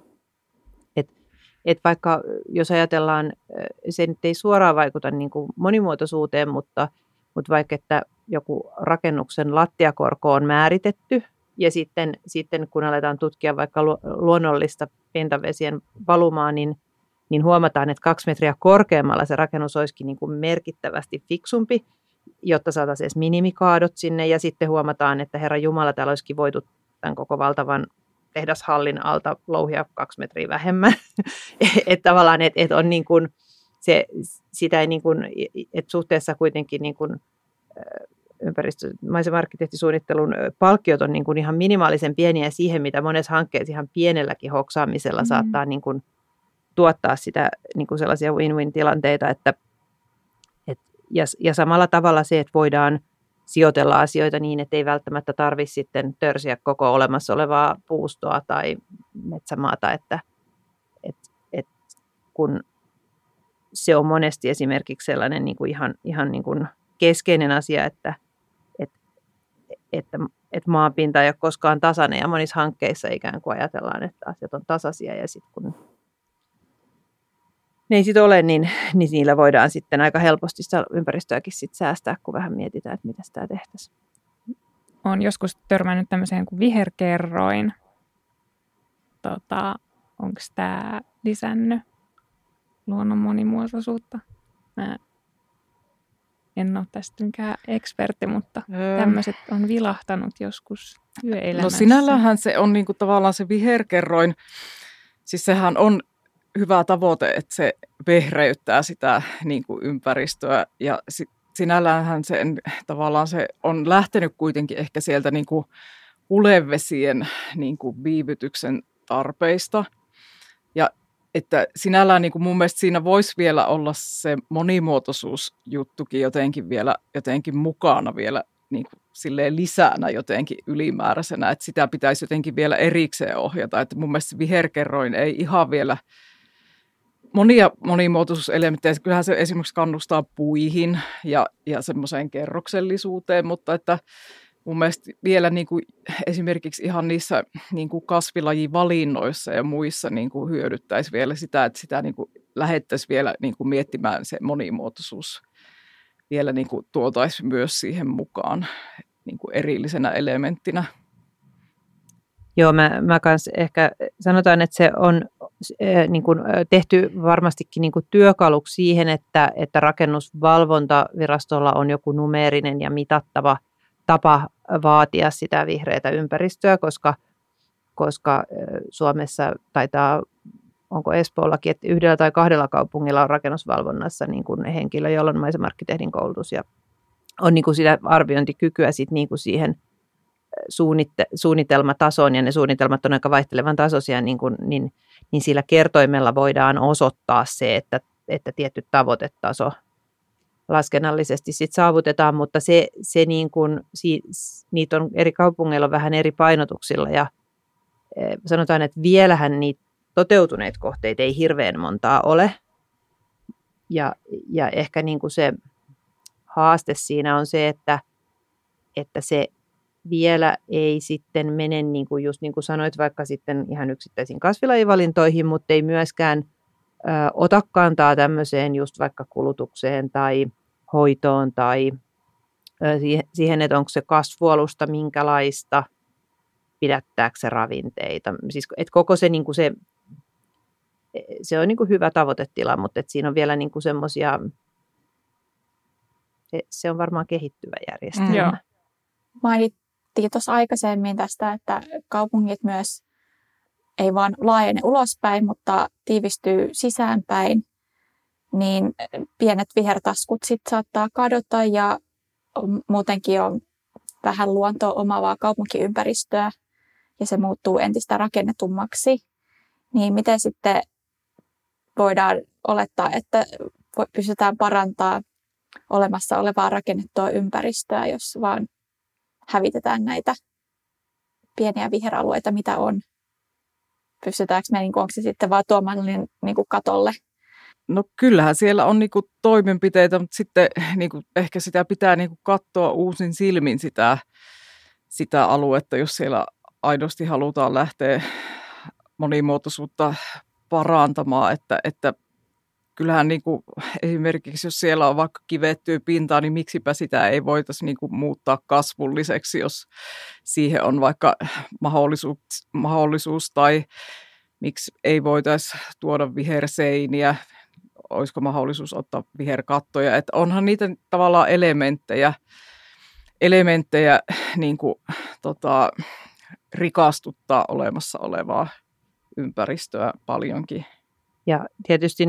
Speaker 1: Et vaikka jos ajatellaan, se nyt ei suoraan vaikuta niin kuin monimuotoisuuteen, mutta vaikka että joku rakennuksen lattiakorko on määritetty ja sitten kun aletaan tutkia vaikka luonnollista pintavesien valumaa, niin huomataan, että 2 metriä korkeammalla se rakennus olisikin niin kuin merkittävästi fiksumpi, jotta saataisiin edes minimikaadot sinne ja sitten huomataan, että Herra Jumala, täällä olisikin voitu tämän koko valtavan tehdashallin alta louhia 2 metriä vähemmän. Että tavallaan, että on niin kuin sitä ei niin kuin, että suhteessa kuitenkin niin kuin maisema-arkkitehtisuunnittelun palkkiot on niin kuin ihan minimaalisen pieniä siihen, mitä monessa hankkeessa ihan pienelläkin hoksaamisella saattaa niin kuin tuottaa sitä niin kuin sellaisia win-win-tilanteita, ja samalla tavalla se, että voidaan sijoitella asioita niin, että ei välttämättä tarvitse sitten törsiä koko olemassa olevaa puustoa tai metsämaata, että kun se on monesti esimerkiksi sellainen niin kuin ihan niin kuin keskeinen asia, että maapinta ei ole koskaan tasainen ja monissa hankkeissa ikään kuin ajatellaan, että asiat on tasaisia ja sitten kun ne ei sitten ole, niin niillä voidaan sitten aika helposti sitä ympäristöäkin sit säästää, kun vähän mietitään, että miten sitä tehtäisiin.
Speaker 3: Olen joskus törmännyt tämmöiseen kuin viherkerroin. Onko tämä lisännyt luonnon monimuotoisuutta? Mä en ole tästä mikään ekspertti, mutta tämmöiset on vilahtanut joskus työelämässä.
Speaker 4: No sinällähän se on niinku tavallaan se viherkerroin, siis sehän on hyvä tavoite, että se vehreyttää sitä niin kuin ympäristöä ja sinälläänhän tavallaan se on lähtenyt kuitenkin ehkä sieltä niin kuin hulevesien niin kuin viivytyksen tarpeista. Ja että sinällään niin kuin mun mielestä siinä voisi vielä olla se monimuotoisuusjuttukin jotenkin mukana vielä niin kuin silleen lisänä jotenkin ylimääräisenä, että sitä pitäisi jotenkin vielä erikseen ohjata. Että mun mielestä viherkerroin ei ihan vielä monia monimuotoisuuselementtejä. Kyllähän se esimerkiksi kannustaa puihin ja semmoiseen kerroksellisuuteen, mutta että mun mielestä vielä niin kuin esimerkiksi ihan niissä niin kuin kasvilajivalinnoissa ja muissa niin kuin hyödyttäisi vielä sitä, että sitä niin kuin lähettäisiin vielä niin kuin miettimään se monimuotoisuus vielä niin kuin tuotaisiin myös siihen mukaan niin kuin erillisenä elementtinä.
Speaker 1: Joo, mä kans ehkä sanotaan, että se on niin kuin tehty varmastikin niin kuin työkaluksi siihen, että rakennusvalvontavirastolla on joku numeerinen ja mitattava tapa vaatia sitä vihreätä ympäristöä, koska Suomessa taitaa, onko Espoollakin, että 1 tai 2 kaupungilla on rakennusvalvonnassa niin kuin henkilö, jolla on maisemarkkitehdin koulutus ja on niin kuin sitä arviointikykyä sit niin kuin siihen suunnitelmatasoon, ja ne suunnitelmat on aika vaihtelevan tasoisia, niin sillä kertoimella voidaan osoittaa se, että tietty tavoitetaso laskennallisesti sit saavutetaan, mutta se niin kuin, niitä on eri kaupungeilla vähän eri painotuksilla, ja sanotaan, että vielähän niitä toteutuneita kohteita ei hirveän montaa ole, ja ehkä niin kuin se haaste siinä on se, että se vielä ei sitten mene, niin kuin just niin kuin sanoit, vaikka sitten ihan yksittäisiin kasvilajivalintoihin, mutta ei myöskään ota kantaa tämmöiseen just vaikka kulutukseen tai hoitoon tai siihen, että onko se kasvualusta minkälaista, pidättääkö se ravinteita. Siis, että koko se, niin kuin se on niin kuin hyvä tavoitetila, mutta että siinä on vielä niin kuin semmoisia, se on varmaan kehittyvä järjestelmä.
Speaker 2: Mainittiin tuossa aikaisemmin tästä, että kaupungit myös ei vaan laajene ulospäin, mutta tiivistyy sisäänpäin, niin pienet vihertaskut sitten saattaa kadota ja muutenkin on vähän luontoa omaavaa kaupunkiympäristöä ja se muuttuu entistä rakennetummaksi. Niin miten sitten voidaan olettaa, että pystytään parantamaan olemassa olevaa rakennettua ympäristöä, jos vaan hävitetään näitä pieniä viheralueita, mitä on. Pystytäänkö me, onko se sitten vaan tuomaan katolle?
Speaker 4: No kyllähän siellä on toimenpiteitä, mutta sitten ehkä sitä pitää katsoa uusin silmin sitä aluetta, jos siellä aidosti halutaan lähteä monimuotoisuutta parantamaan, että kyllähän esimerkiksi jos siellä on vaikka kivettyä pintaa, niin miksipä sitä ei voitaisi muuttaa kasvulliseksi, jos siihen on vaikka mahdollisuus tai miksi ei voitaisi tuoda viherseiniä, olisiko mahdollisuus ottaa viherkattoja, että onhan niitä tavallaan elementtejä rikastuttaa olemassa olevaa ympäristöä paljonkin.
Speaker 1: Ja tietysti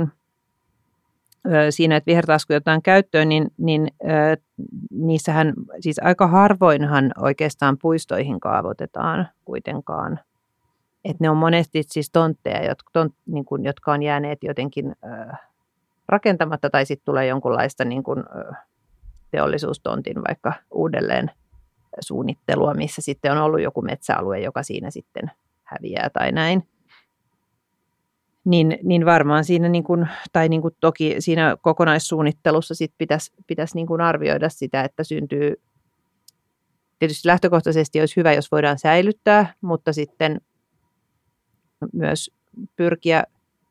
Speaker 1: siinä, että vihertaskuja otetaan käyttöön, niin niissähän siis aika harvoinhan oikeastaan puistoihin kaavoitetaan kuitenkaan. Että ne on monesti siis tontteja, jotka on jääneet jotenkin rakentamatta tai sitten tulee jonkunlaista teollisuustontin vaikka uudelleen suunnittelua, missä sitten on ollut joku metsäalue, joka siinä sitten häviää tai näin. Niin varmaan siinä, toki siinä kokonaissuunnittelussa sit pitäisi arvioida sitä, että syntyy, tietysti lähtökohtaisesti olisi hyvä, jos voidaan säilyttää, mutta sitten myös pyrkiä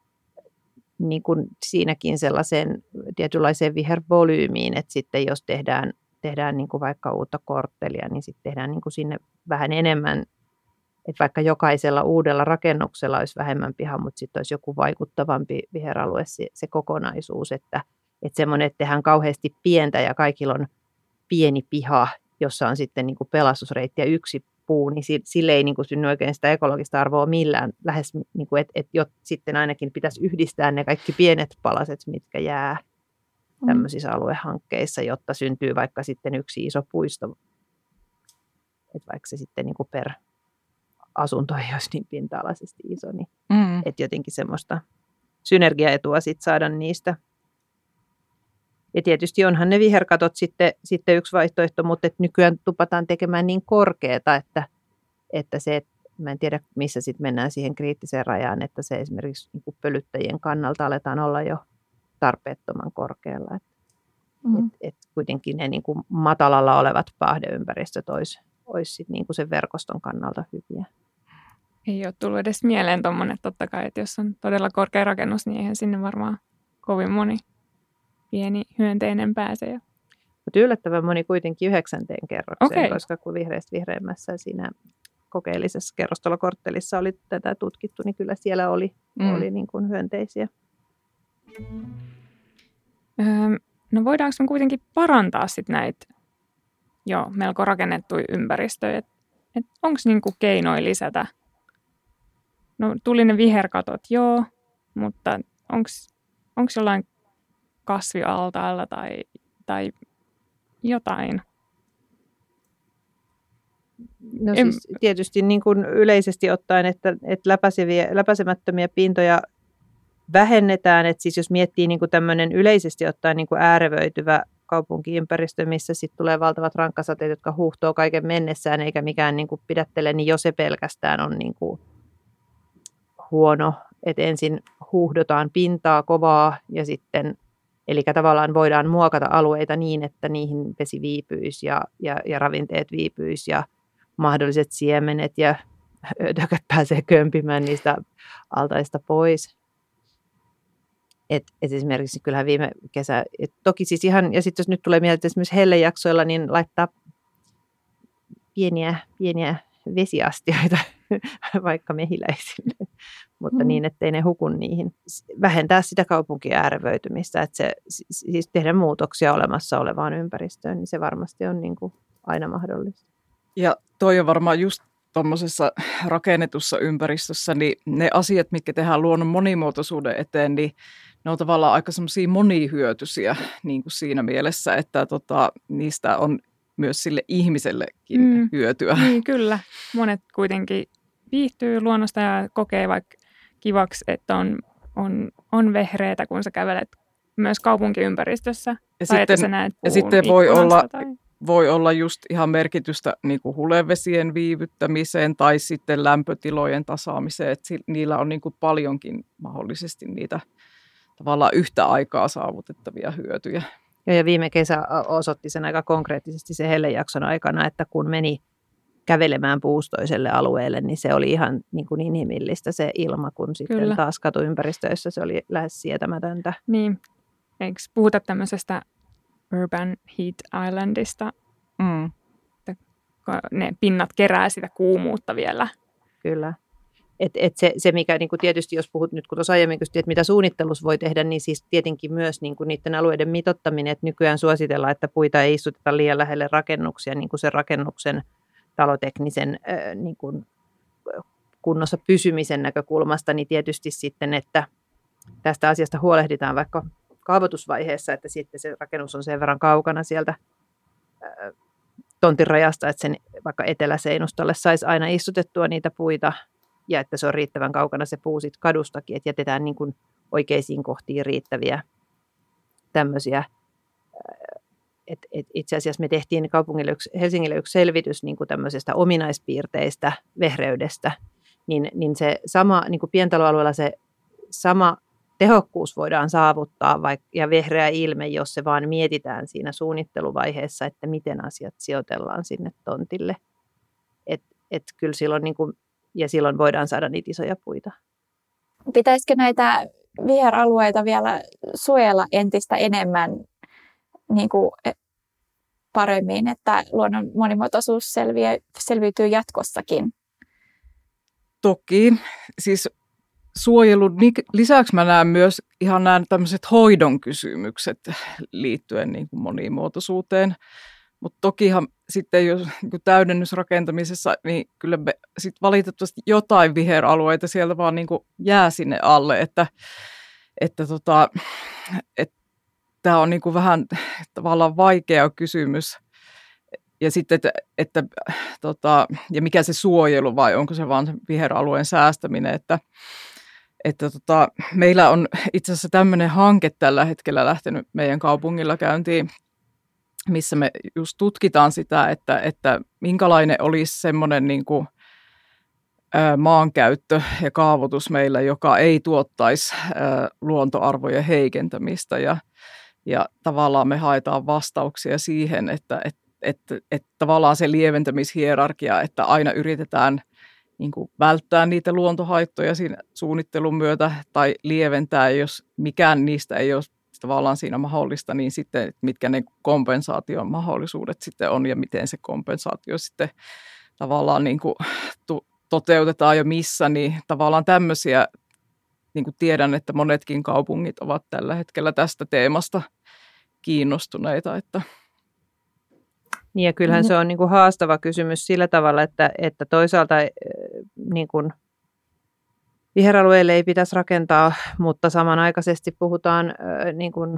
Speaker 1: siinäkin sellaiseen tietynlaiseen vihervolyymiin, että sitten jos tehdään vaikka uutta korttelia, niin sitten tehdään sinne vähän enemmän. Että vaikka jokaisella uudella rakennuksella olisi vähemmän piha, mutta sitten olisi joku vaikuttavampi viheralue se kokonaisuus. Että semmoinen, että tehdään kauheasti pientä ja kaikilla on pieni piha, jossa on sitten pelastusreitti ja yksi puu, niin sille ei synny oikein sitä ekologista arvoa millään. Lähes, että sitten ainakin pitäisi yhdistää ne kaikki pienet palaset, mitkä jää tämmöisissä aluehankkeissa, jotta syntyy vaikka sitten yksi iso puisto. Että vaikka se sitten per asunto ei olisi niin pinta-alaisesti iso, niin että jotenkin semmoista synergiaetua sitten saada niistä. Ja tietysti onhan ne viherkatot sitten yksi vaihtoehto, mutta et nykyään tupataan tekemään niin korkeata, että se, että mä en tiedä missä sitten mennään siihen kriittiseen rajaan, että se esimerkiksi niin kuin pölyttäjien kannalta aletaan olla jo tarpeettoman korkealla. Et kuitenkin ne niin kuin matalalla olevat paahdeympäristöt olisi sit niin kuin sen verkoston kannalta hyviä.
Speaker 3: Ei ole tullut edes mieleen tuommoinen, että totta kai, että jos on todella korkea rakennus, niin eihän sinne varmaan kovin moni pieni hyönteinen pääsee.
Speaker 1: Mutta yllättävän moni kuitenkin 9. kerrokseen, koska kun vihreästä vihreämmässä siinä kokeellisessa kerrostalokorttelissa oli tätä tutkittu, niin kyllä siellä oli niin kuin hyönteisiä.
Speaker 3: No voidaanko me kuitenkin parantaa sitten näitä jo melko rakennettuja ympäristöjä? Onko niinku keinoja lisätä? No tuli ne viherkatot, joo, mutta onko jollain kasvialtailla tai jotain?
Speaker 1: No siis tietysti niin kuin yleisesti ottaen, että läpäisemättömiä pintoja vähennetään. Että siis jos miettii niin kuin tämmöinen yleisesti ottaen niin kuin äärevöityvä kaupunkiympäristö, missä sitten tulee valtavat rankkasateet, jotka huuhtoo kaiken mennessään eikä mikään niin kuin pidättele, niin jo se pelkästään on niin kuin huono. Että ensin huuhdotaan pintaa kovaa ja sitten, eli tavallaan voidaan muokata alueita niin, että niihin vesi viipyisi ja ravinteet viipyisi ja mahdolliset siemenet ja ötökät pääsee kömpimään niistä altaista pois. Et esimerkiksi kyllähän viime kesä, toki siis ihan, ja sitten jos nyt tulee mieleen, että esimerkiksi hellejaksoilla, niin laittaa pieniä vesiastioita vaikka mehiläisille, mutta niin, ettei ne huku niihin. Vähentää sitä kaupunkien äärevöitymistä, että se, siis tehdä muutoksia olemassa olevaan ympäristöön, niin se varmasti on niin kuin aina mahdollista.
Speaker 4: Ja toi on varmaan just tuommoisessa rakennetussa ympäristössä, niin ne asiat, mitkä tehdään luonnon monimuotoisuuden eteen, niin ne on tavallaan aika semmoisia monihyötyisiä niin kuin siinä mielessä, että niistä on myös sille ihmisellekin hyötyä.
Speaker 3: Niin, kyllä. Monet kuitenkin viihtyy luonnosta ja kokee vaikka kivaksi, että on vehreätä, kun sä kävelet myös kaupunkiympäristössä.
Speaker 4: Ja
Speaker 3: tai
Speaker 4: sitten,
Speaker 3: että sä näet puun
Speaker 4: sitten voi olla just ihan merkitystä niin kuin hulevesien viivyttämiseen tai sitten lämpötilojen tasaamiseen, että niillä on niin kuin paljonkin mahdollisesti niitä tavallaan yhtä aikaa saavutettavia hyötyjä.
Speaker 1: Ja viime kesä osoitti sen aika konkreettisesti se hellejakson aikana, että kun meni kävelemään puustoiselle alueelle, niin se oli ihan niin kuin inhimillistä se ilma, kun sitten
Speaker 3: Kyllä.
Speaker 1: taas katuympäristöissä se oli lähes sietämätöntä.
Speaker 3: Niin, eikö puhuta tämmöisestä Urban Heat Islandista, että ne pinnat kerää sitä kuumuutta vielä.
Speaker 1: Kyllä. Se mikä niin kuin tietysti, jos puhut nyt, kun tuossa aiemmin kysyttiin, että mitä suunnittelussa voi tehdä, niin siis tietenkin myös niin kuin niiden alueiden mitottaminen, että nykyään suositellaan, että puita ei istuteta liian lähelle rakennuksia, niin kuin sen rakennuksen taloteknisen niin kuin kunnossa pysymisen näkökulmasta, niin tietysti sitten, että tästä asiasta huolehditaan vaikka kaavoitusvaiheessa, että sitten se rakennus on sen verran kaukana sieltä tontin rajasta, että sen vaikka eteläseinustalle saisi aina istutettua niitä puita ja että se on riittävän kaukana se puu sit kadustakin, että jätetään niin kuin oikeisiin kohtiin riittäviä tämmöisiä. Itse asiassa me tehtiin Helsingille yksi selvitys niin kuin tämmöisestä ominaispiirteistä vehreydestä, niin se sama niin kuin pientaloalueella se sama tehokkuus voidaan saavuttaa ja vehreä ilme, jos se vaan mietitään siinä suunnitteluvaiheessa, että miten asiat sijoitellaan sinne tontille. Et kyllä silloin, niin kuin, ja silloin voidaan saada niitä isoja puita.
Speaker 2: Pitäisikö näitä viheralueita vielä suojella entistä enemmän niin kuin paremmin, että luonnon monimuotoisuus selviytyy jatkossakin?
Speaker 4: Toki. Siis suojelun lisäksi mä näen myös ihan nämä tämmöiset hoidon kysymykset liittyen niin kuin monimuotoisuuteen. Mutta tokihan sitten jos niin täydennysrakentamisessa, niin kyllä sit valitettavasti jotain viheralueita sieltä vaan niin kuin jää sinne alle, että tämä on niin kuin vähän tavallaan vaikea kysymys. Ja sitten, ja mikä se suojelu vai onko se vaan viheralueen säästäminen, että meillä on itse asiassa tämmöinen hanke tällä hetkellä lähtenyt meidän kaupungilla käyntiin, missä me just tutkitaan sitä, että minkälainen olisi semmoinen niin kuin maankäyttö ja kaavoitus meillä, joka ei tuottaisi luontoarvojen heikentämistä. Ja tavallaan me haetaan vastauksia siihen, että tavallaan se lieventämishierarkia, että aina yritetään niin kuin välttää niitä luontohaittoja siinä suunnittelun myötä tai lieventää, jos mikään niistä ei ole tavallaan siinä mahdollista, niin sitten mitkä ne kompensaation mahdollisuudet sitten on ja miten se kompensaatio sitten tavallaan niin kuin toteutetaan ja missä, niin tavallaan tämmöisiä, niin kuin tiedän, että monetkin kaupungit ovat tällä hetkellä tästä teemasta kiinnostuneita.
Speaker 1: Niin ja kyllähän se on niin kuin haastava kysymys sillä tavalla, että toisaalta niin kuin viheralueille ei pitäisi rakentaa, mutta samanaikaisesti puhutaan niin kuin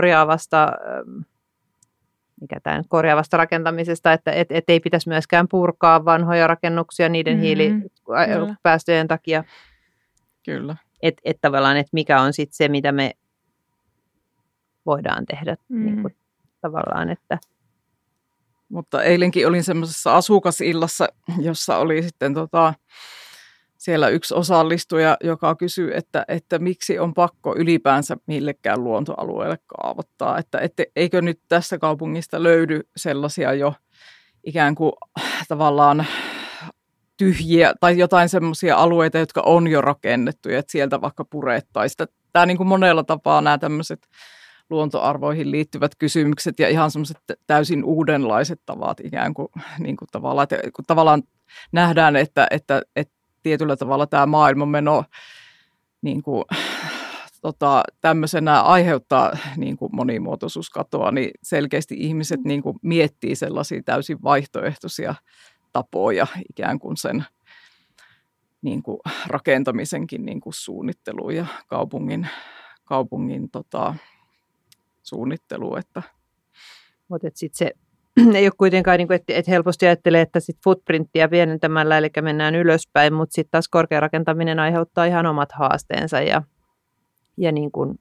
Speaker 1: korjaavasta rakentamisesta, että ei pitäisi myöskään purkaa vanhoja rakennuksia niiden hiilipäästöjen takia.
Speaker 4: Kyllä.
Speaker 1: Että tavallaan, että mikä on sitten se, mitä me voidaan tehdä niin kuin, tavallaan, että...
Speaker 4: Mutta eilenkin olin semmoisessa asukasillassa, jossa oli sitten siellä yksi osallistuja, joka kysyy, että miksi on pakko ylipäänsä millekään luontoalueelle kaavoittaa. Että eikö nyt tässä kaupungista löydy sellaisia jo ikään kuin tavallaan tyhjiä tai jotain semmoisia alueita, jotka on jo rakennettu ja että sieltä vaikka purettaisiin. Tämä niin kuin monella tapaa nämä tämmöiset luontoarvoihin liittyvät kysymykset ja ihan semmoiset täysin uudenlaiset tavat ikään kuin, niin kuin tavallaan, että kun tavallaan nähdään, että tietyllä tavalla tämä maailmanmeno niin kuin, tämmöisenä aiheuttaa niin kuin monimuotoisuuskatoa, niin selkeästi ihmiset niin kuin miettii sellaisia täysin vaihtoehtoisia tapoja ikään kuin sen niin kuin rakentamisenkin niin kuin suunnitteluun ja kaupungin suunnittelu.
Speaker 1: Mutta sitten se ei ole kuitenkaan, niin että helposti ajattelee, että sit footprinttiä pienentämällä, eli mennään ylöspäin, mutta sitten taas korkea rakentaminen aiheuttaa ihan omat haasteensa ja niin kuin,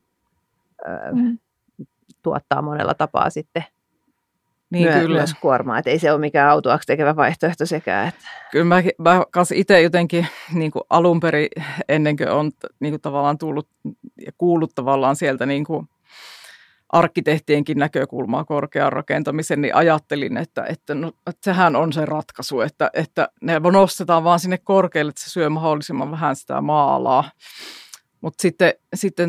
Speaker 1: tuottaa monella tapaa sitten myös kuormaa. Että ei se ole mikään autuaaksi tekevä vaihtoehto sekään. Että.
Speaker 4: Kyllä mä kanssa itse jotenkin niin kuin alun perin, ennen kuin on niin kuin tavallaan tullut ja kuullut tavallaan sieltä niin kuin arkkitehtienkin näkökulmaa korkean rakentamisen, niin ajattelin, että sehän on se ratkaisu, että ne nostetaan vaan sinne korkealle, että se syö mahdollisimman vähän sitä maa-alaa. Mutta sitten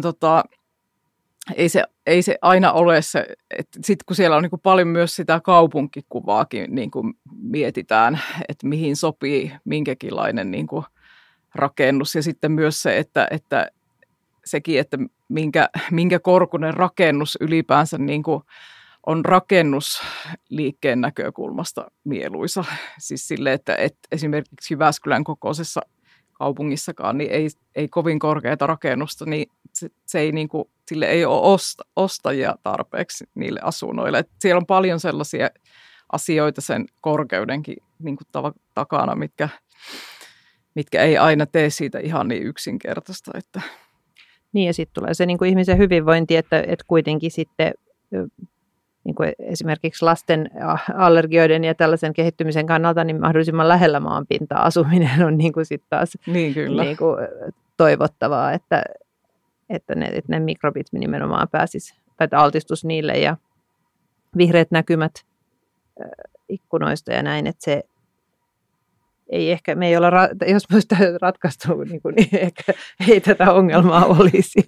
Speaker 4: ei se aina ole se, että sitten kun siellä on niin kuin paljon myös sitä kaupunkikuvaakin niin kuin mietitään, että mihin sopii minkäkinlainen niin kuin rakennus ja sitten myös se, että sekin, että minkä korkuinen rakennus ylipäänsä niin kuin on rakennusliikkeen näkökulmasta mieluisa. Siis sille, että esimerkiksi Jyväskylän kokoisessa kaupungissakaan niin ei kovin korkeata rakennusta, niin se ei niin kuin, sille ei ole ostajia tarpeeksi niille asunnoille. Et siellä on paljon sellaisia asioita sen korkeudenkin niin kuin takana, mitkä ei aina tee siitä ihan niin yksinkertaista, että
Speaker 1: niin ja sitten tulee se niin kuin ihmisen hyvinvointi, että kuitenkin sitten niin kuin esimerkiksi lasten allergioiden ja tällaisen kehittymisen kannalta niin mahdollisimman lähellä maanpintaa asuminen on niin kuin sitten taas niin kuin toivottavaa, että ne mikrobit nimenomaan pääsis tai altistus niille ja vihreät näkymät ikkunoista ja näin, että se ei ehkä, me ei olla, jos me sitä ratkaistu, niin ehkä ei tätä ongelmaa olisi.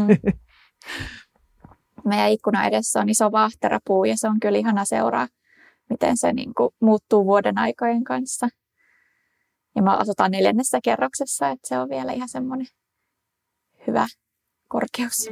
Speaker 2: Meidän ikkuna edessä on iso vaahterapuu ja se on kyllä ihana seuraa, miten se niin kuin muuttuu vuoden aikojen kanssa. Ja me asutaan 4. kerroksessa, että se on vielä ihan semmoinen hyvä korkeus.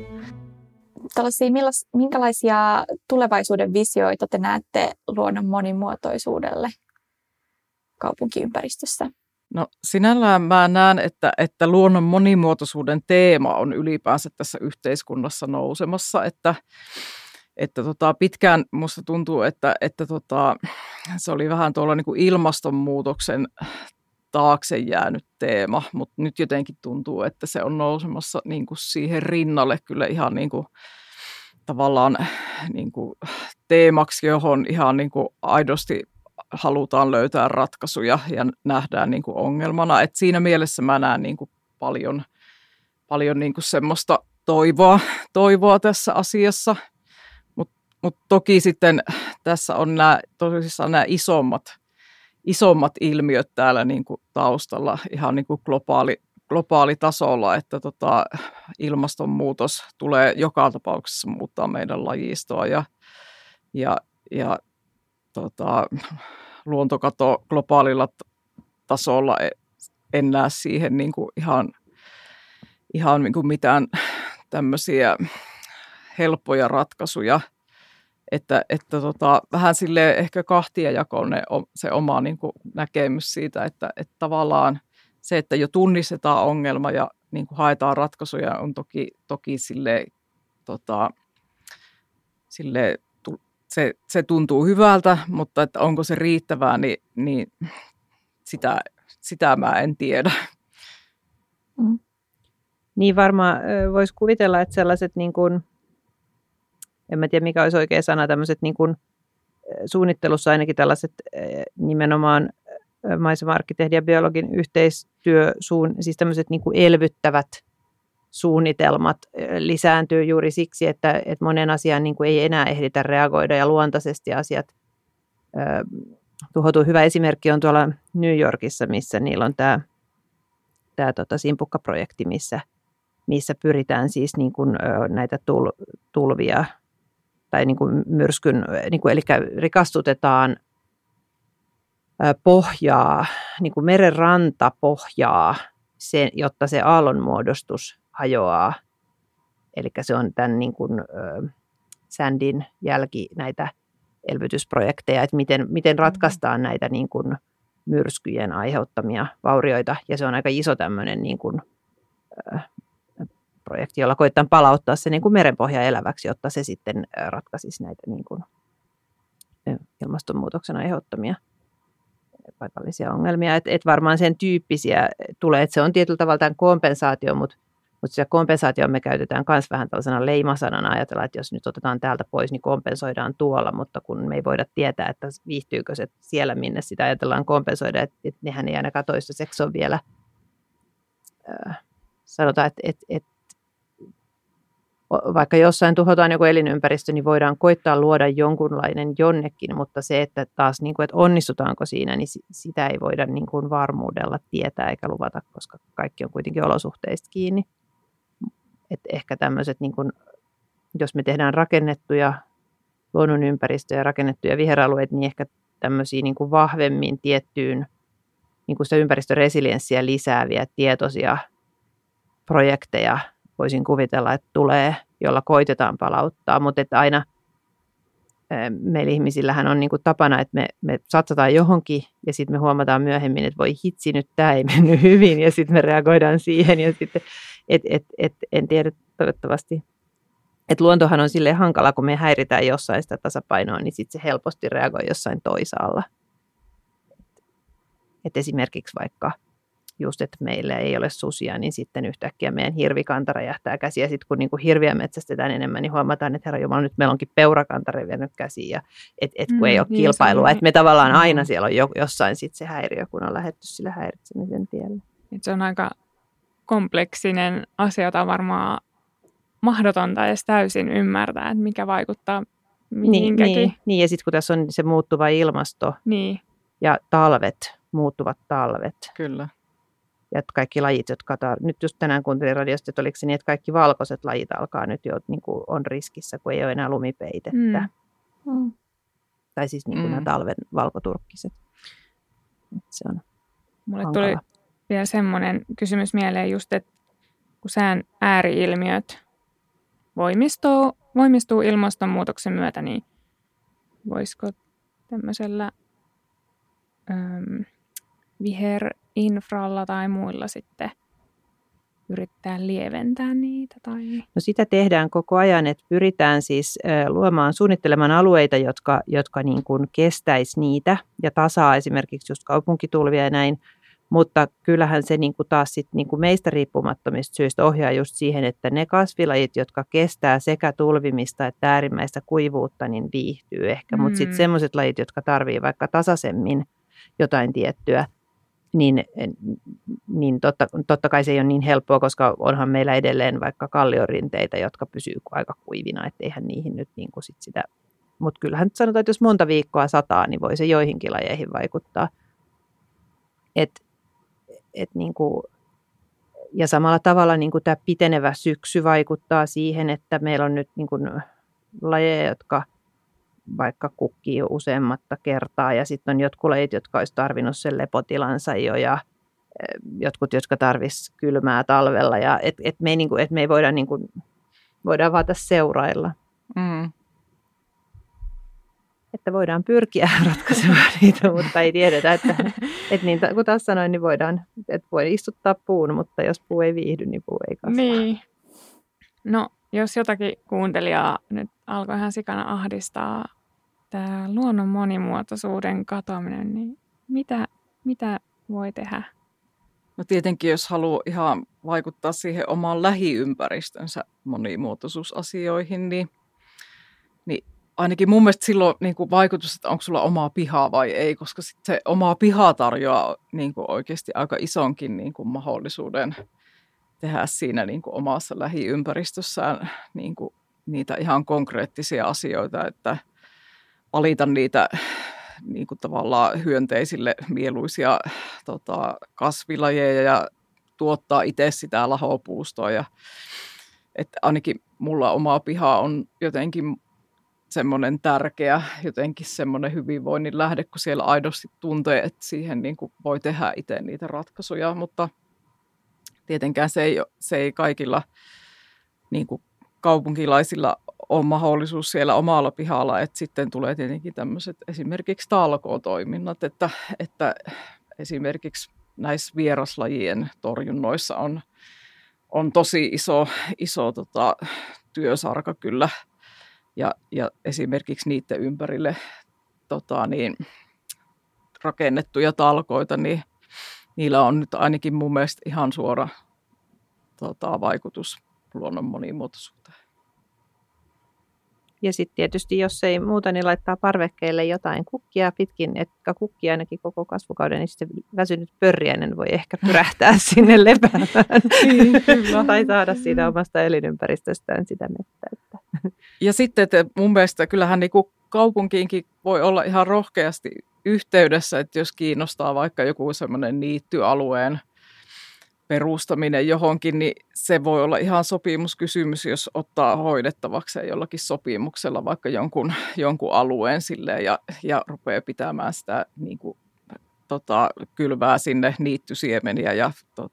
Speaker 2: Minkälaisia tulevaisuuden visioita te näette luonnon monimuotoisuudelle kaupunkiympäristössä?
Speaker 4: No sinällään mä näen, että luonnon monimuotoisuuden teema on ylipäänsä tässä yhteiskunnassa nousemassa, että pitkään musta tuntuu, että se oli vähän tuolla niin kuin ilmastonmuutoksen taakse jäänyt teema, mutta nyt jotenkin tuntuu, että se on nousemassa niin kuin siihen rinnalle kyllä ihan niin kuin, tavallaan niin kuin teemaksi, johon ihan niin kuin aidosti halutaan löytää ratkaisuja ja nähdään niin kuin ongelmana. Et siinä mielessä mä näen niin kuin paljon niin kuin semmoista toivoa tässä asiassa, mutta toki sitten tässä on tosissaan nämä isommat ilmiöt täällä niin kuin taustalla ihan niin kuin globaalitasolla, että ilmastonmuutos tulee joka tapauksessa muuttaa meidän lajistoa ja luontokato globaalilla tasolla en näe siihen niin kuin ihan niin kuin mitään tämmöisiä helppoja ratkaisuja, että vähän silleen ehkä kahtiajakoinen on se oma niin kuin näkemys siitä, että tavallaan se, että jo tunnistetaan ongelma ja niin kuin haetaan ratkaisuja on toki se tuntuu hyvältä, mutta että onko se riittävää, niin sitä mä en tiedä.
Speaker 1: Niin varmaan voisi kuvitella, että sellaiset, niin kuin, en mä tiedä mikä olisi oikea sana, tämmöiset niin kuin suunnittelussa ainakin tällaiset nimenomaan maisema-arkkitehdin ja biologin yhteistyö, siis tämmöiset niin kuin elvyttävät suunnitelmat lisääntyy juuri siksi, että monen asiaan niin kuin ei enää ehditä reagoida ja luontaisesti asiat tuhoutuu. Hyvä esimerkki on tuolla New Yorkissa, missä niillä on tämä Simpukka-projekti, missä pyritään siis niin kuin näitä tulvia tai niin kuin myrskyn, niin kuin, eli rikastutetaan pohjaa, niin kuin meren rantapohjaa, jotta se aallonmuodostus hajoaa. Eli se on tämän niin kuin, Sandin jälki näitä elvytysprojekteja, että miten ratkaistaan näitä niin kuin myrskyjen aiheuttamia vaurioita. Ja se on aika iso tämmöinen niin kuin, projekti, jolla koetetaan palauttaa se niin kuin merenpohja eläväksi, jotta se sitten ratkaisisi näitä niin kuin ilmastonmuutoksen aiheuttamia paikallisia ongelmia. Et varmaan sen tyyppisiä tulee, että se on tietyllä tavalla tämän kompensaatio, mutta sitä kompensaatioon me käytetään myös vähän tällaisena leimasanana. Ajatellaan, että jos nyt otetaan täältä pois, niin kompensoidaan tuolla, mutta kun me ei voida tietää, että viihtyykö se siellä, minne sitä ajatellaan kompensoida, että nehän ei ainakaan toistaiseksi ole vielä, sanotaan, että vaikka jossain tuhotaan joku elinympäristö, niin voidaan koittaa luoda jonkunlainen jonnekin, mutta se, että taas niin kuin, että onnistutaanko siinä, niin sitä ei voida niin kuin varmuudella tietää eikä luvata, koska kaikki on kuitenkin olosuhteista kiinni. Et ehkä tämmöiset, niin kuin, jos me tehdään rakennettuja luonnonympäristöjä, rakennettuja viheralueita, niin ehkä tämmöisiä niin kuin vahvemmin tiettyyn niin kuin sitä ympäristöresilienssiä lisääviä tietoisia projekteja voisin kuvitella, että tulee, jolla koitetaan palauttaa, mutta että aina meillä ihmisillähän on niin kuin tapana, että me satsataan johonkin ja sitten me huomataan myöhemmin, että voi hitsi, nyt tämä ei mennyt hyvin ja sitten me reagoidaan siihen ja sitten, en tiedä toivottavasti. Että luontohan on silleen hankala, kun me häiritään jossain sitä tasapainoa, niin sitten se helposti reagoi jossain toisaalla. Et esimerkiksi vaikka just, että meillä ei ole susia, niin sitten yhtäkkiä meidän hirvikanta räjähtää käsiä. Ja sitten kun niinku hirviä metsästetään enemmän, niin huomataan, että herra jumala, nyt meillä onkin peurakanta vienyt käsiin. Ja kun ei ole niin kilpailua, että me tavallaan aina siellä on jossain sit se häiriö, kun on lähdetty sillä häiritsemisen tielle.
Speaker 3: Se on aika kompleksinen asia, jota varmaan mahdotonta edes täysin ymmärtää, että mikä vaikuttaa mihinkäkin.
Speaker 1: Niin, ja sitten kun tässä on se muuttuva ilmasto ja muuttuvat talvet.
Speaker 4: Kyllä.
Speaker 1: Ja kaikki lajit, jotka nyt just tänään kuuntelin radiosta, että oliko se niin, että kaikki valkoiset lajit alkaa nyt jo niin kuin on riskissä, kun ei ole enää lumipeitettä. Tai siis niin kuin nämä talven valkoturkkiset. Se on
Speaker 3: mulle
Speaker 1: hankala.
Speaker 3: Tuli vielä semmoinen kysymys mieleen just, että kun sään ääri-ilmiöt voimistuu ilmastonmuutoksen myötä, niin voisiko tämmöisellä viherinfralla tai muilla sitten yrittää lieventää niitä? Tai...
Speaker 1: No sitä tehdään koko ajan, että pyritään siis suunnittelemaan alueita, jotka niin kuin kestäisi niitä ja tasaa esimerkiksi just kaupunkitulvia ja näin. Mutta kyllähän se niin kuin taas sit niin kuin meistä riippumattomista syistä ohjaa just siihen, että ne kasvilajit, jotka kestää sekä tulvimista että äärimmäistä kuivuutta, niin viihtyy ehkä. Mutta sitten sellaiset lajit, jotka tarvii vaikka tasaisemmin jotain tiettyä, niin totta kai se ei ole niin helppoa, koska onhan meillä edelleen vaikka kalliorinteitä, jotka pysyy aika kuivina, etteihän niihin nyt niin kuin sit sitä. Mutta kyllähän nyt sanotaan, että jos monta viikkoa sataa, niin voi se joihinkin lajeihin vaikuttaa. Niin kuin, ja samalla tavalla niin kuin tämä pitenevä syksy vaikuttaa siihen, että meillä on nyt niin kuin lajeja, jotka vaikka kukkii jo useammatta kertaa ja sitten on jotkut lajit, jotka olisi tarvinnut sen lepotilansa jo ja jotkut, jotka tarvitsisivat kylmää talvella ja me ei voida, niin kuin, voidaan vaan tässä seurailla. Että voidaan pyrkiä ratkaisemaan niitä, mutta ei tiedetä, että niin, kun taas sanoin, niin voi istuttaa puun, mutta jos puu ei viihdy, niin puu ei kasva.
Speaker 3: Niin. No, jos jotakin kuuntelijaa nyt alkoi ihan sikana ahdistaa tämä luonnon monimuotoisuuden katoaminen, niin mitä voi tehdä?
Speaker 4: No tietenkin, jos haluaa ihan vaikuttaa siihen omaan lähiympäristönsä monimuotoisuusasioihin, niin ainakin mun mielestä silloin niin kuin vaikutus, että onko sulla omaa pihaa vai ei, koska sit se oma piha tarjoaa niin kuin oikeasti aika isonkin niin kuin mahdollisuuden tehdä siinä niin kuin omassa lähiympäristössään niin kuin niitä ihan konkreettisia asioita, että valita niitä niin kuin tavallaan hyönteisille mieluisia kasvilajeja ja tuottaa itse sitä lahopuustoa. Ja, että ainakin mulla oma piha on jotenkin semmoinen tärkeä, jotenkin semmoinen hyvinvoinnin lähde, kun siellä aidosti tuntee, että siihen niin kuin voi tehdä itse niitä ratkaisuja, mutta tietenkään se ei kaikilla niin kuin kaupunkilaisilla ole mahdollisuus siellä omalla pihalla, että sitten tulee tietenkin tämmöiset esimerkiksi talkootoiminnat, että esimerkiksi näissä vieraslajien torjunnoissa on tosi iso työsarka kyllä. Ja esimerkiksi niiden ympärille rakennettuja talkoita, niin niillä on nyt ainakin mun mielestä ihan suora vaikutus luonnon monimuotoisuuteen.
Speaker 1: Ja sitten tietysti, jos ei muuta, niin laittaa parvekkeelle jotain kukkia pitkin, että kukkia ainakin koko kasvukauden, niin sitten väsynyt pörriäinen voi ehkä pyrähtää sinne lepäämään. Tai saada siitä omasta elinympäristöstään sitä mettä.
Speaker 4: Ja sitten, että mun mielestä kyllähän niin kuin kaupunkiinkin voi olla ihan rohkeasti yhteydessä, että jos kiinnostaa vaikka joku semmoinen niittyalueen perustaminen johonkin, niin se voi olla ihan sopimuskysymys, jos ottaa hoidettavakseen jollakin sopimuksella vaikka jonkun alueen silleen ja rupeaa pitämään sitä niin kuin, kylvää sinne niittysiemeniä ja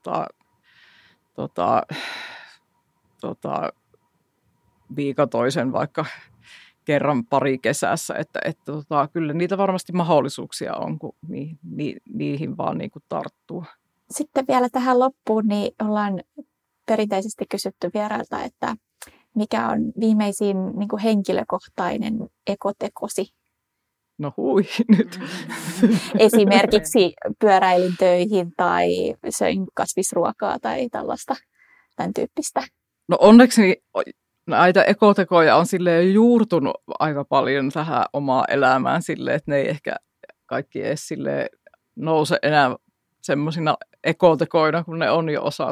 Speaker 4: viikon toisen vaikka kerran pari kesässä, että kyllä niitä varmasti mahdollisuuksia on, kun niihin vaan niin kuin tarttuu.
Speaker 2: Sitten vielä tähän loppuun, niin ollaan perinteisesti kysytty vierailta, että mikä on viimeisin niin kuin henkilökohtainen ekotekosi?
Speaker 4: No hui nyt.
Speaker 2: Esimerkiksi pyöräilin töihin tai söin kasvisruokaa tai tällaista, tämän tyyppistä.
Speaker 4: No onneksi näitä ekotekoja on silleen juurtunut aika paljon tähän omaan elämään silleen, että ne ei ehkä kaikki edes silleen nouse enää semmoisina ekotekoina, kun ne on jo osa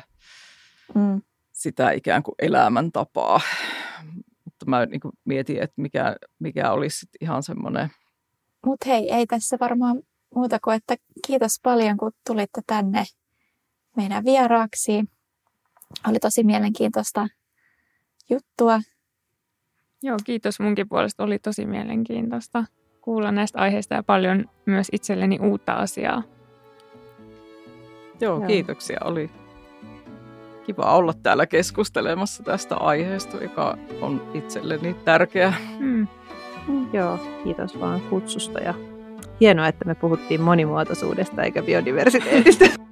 Speaker 4: sitä ikään kuin elämäntapaa. Mutta mä niin kuin mietin, että mikä olisi ihan semmoinen.
Speaker 2: Mutta hei, ei tässä varmaan muuta kuin, että kiitos paljon, kun tulitte tänne meidän vieraaksi. Oli tosi mielenkiintoista juttua.
Speaker 3: Joo, kiitos munkin puolesta. Oli tosi mielenkiintoista kuulla näistä aiheista ja paljon myös itselleni uutta asiaa.
Speaker 4: Joo, kiitoksia. Oli kiva olla täällä keskustelemassa tästä aiheesta, joka on itselleni tärkeä.
Speaker 1: Joo, kiitos vaan kutsusta ja hienoa, että me puhuttiin monimuotoisuudesta eikä biodiversiteetistä.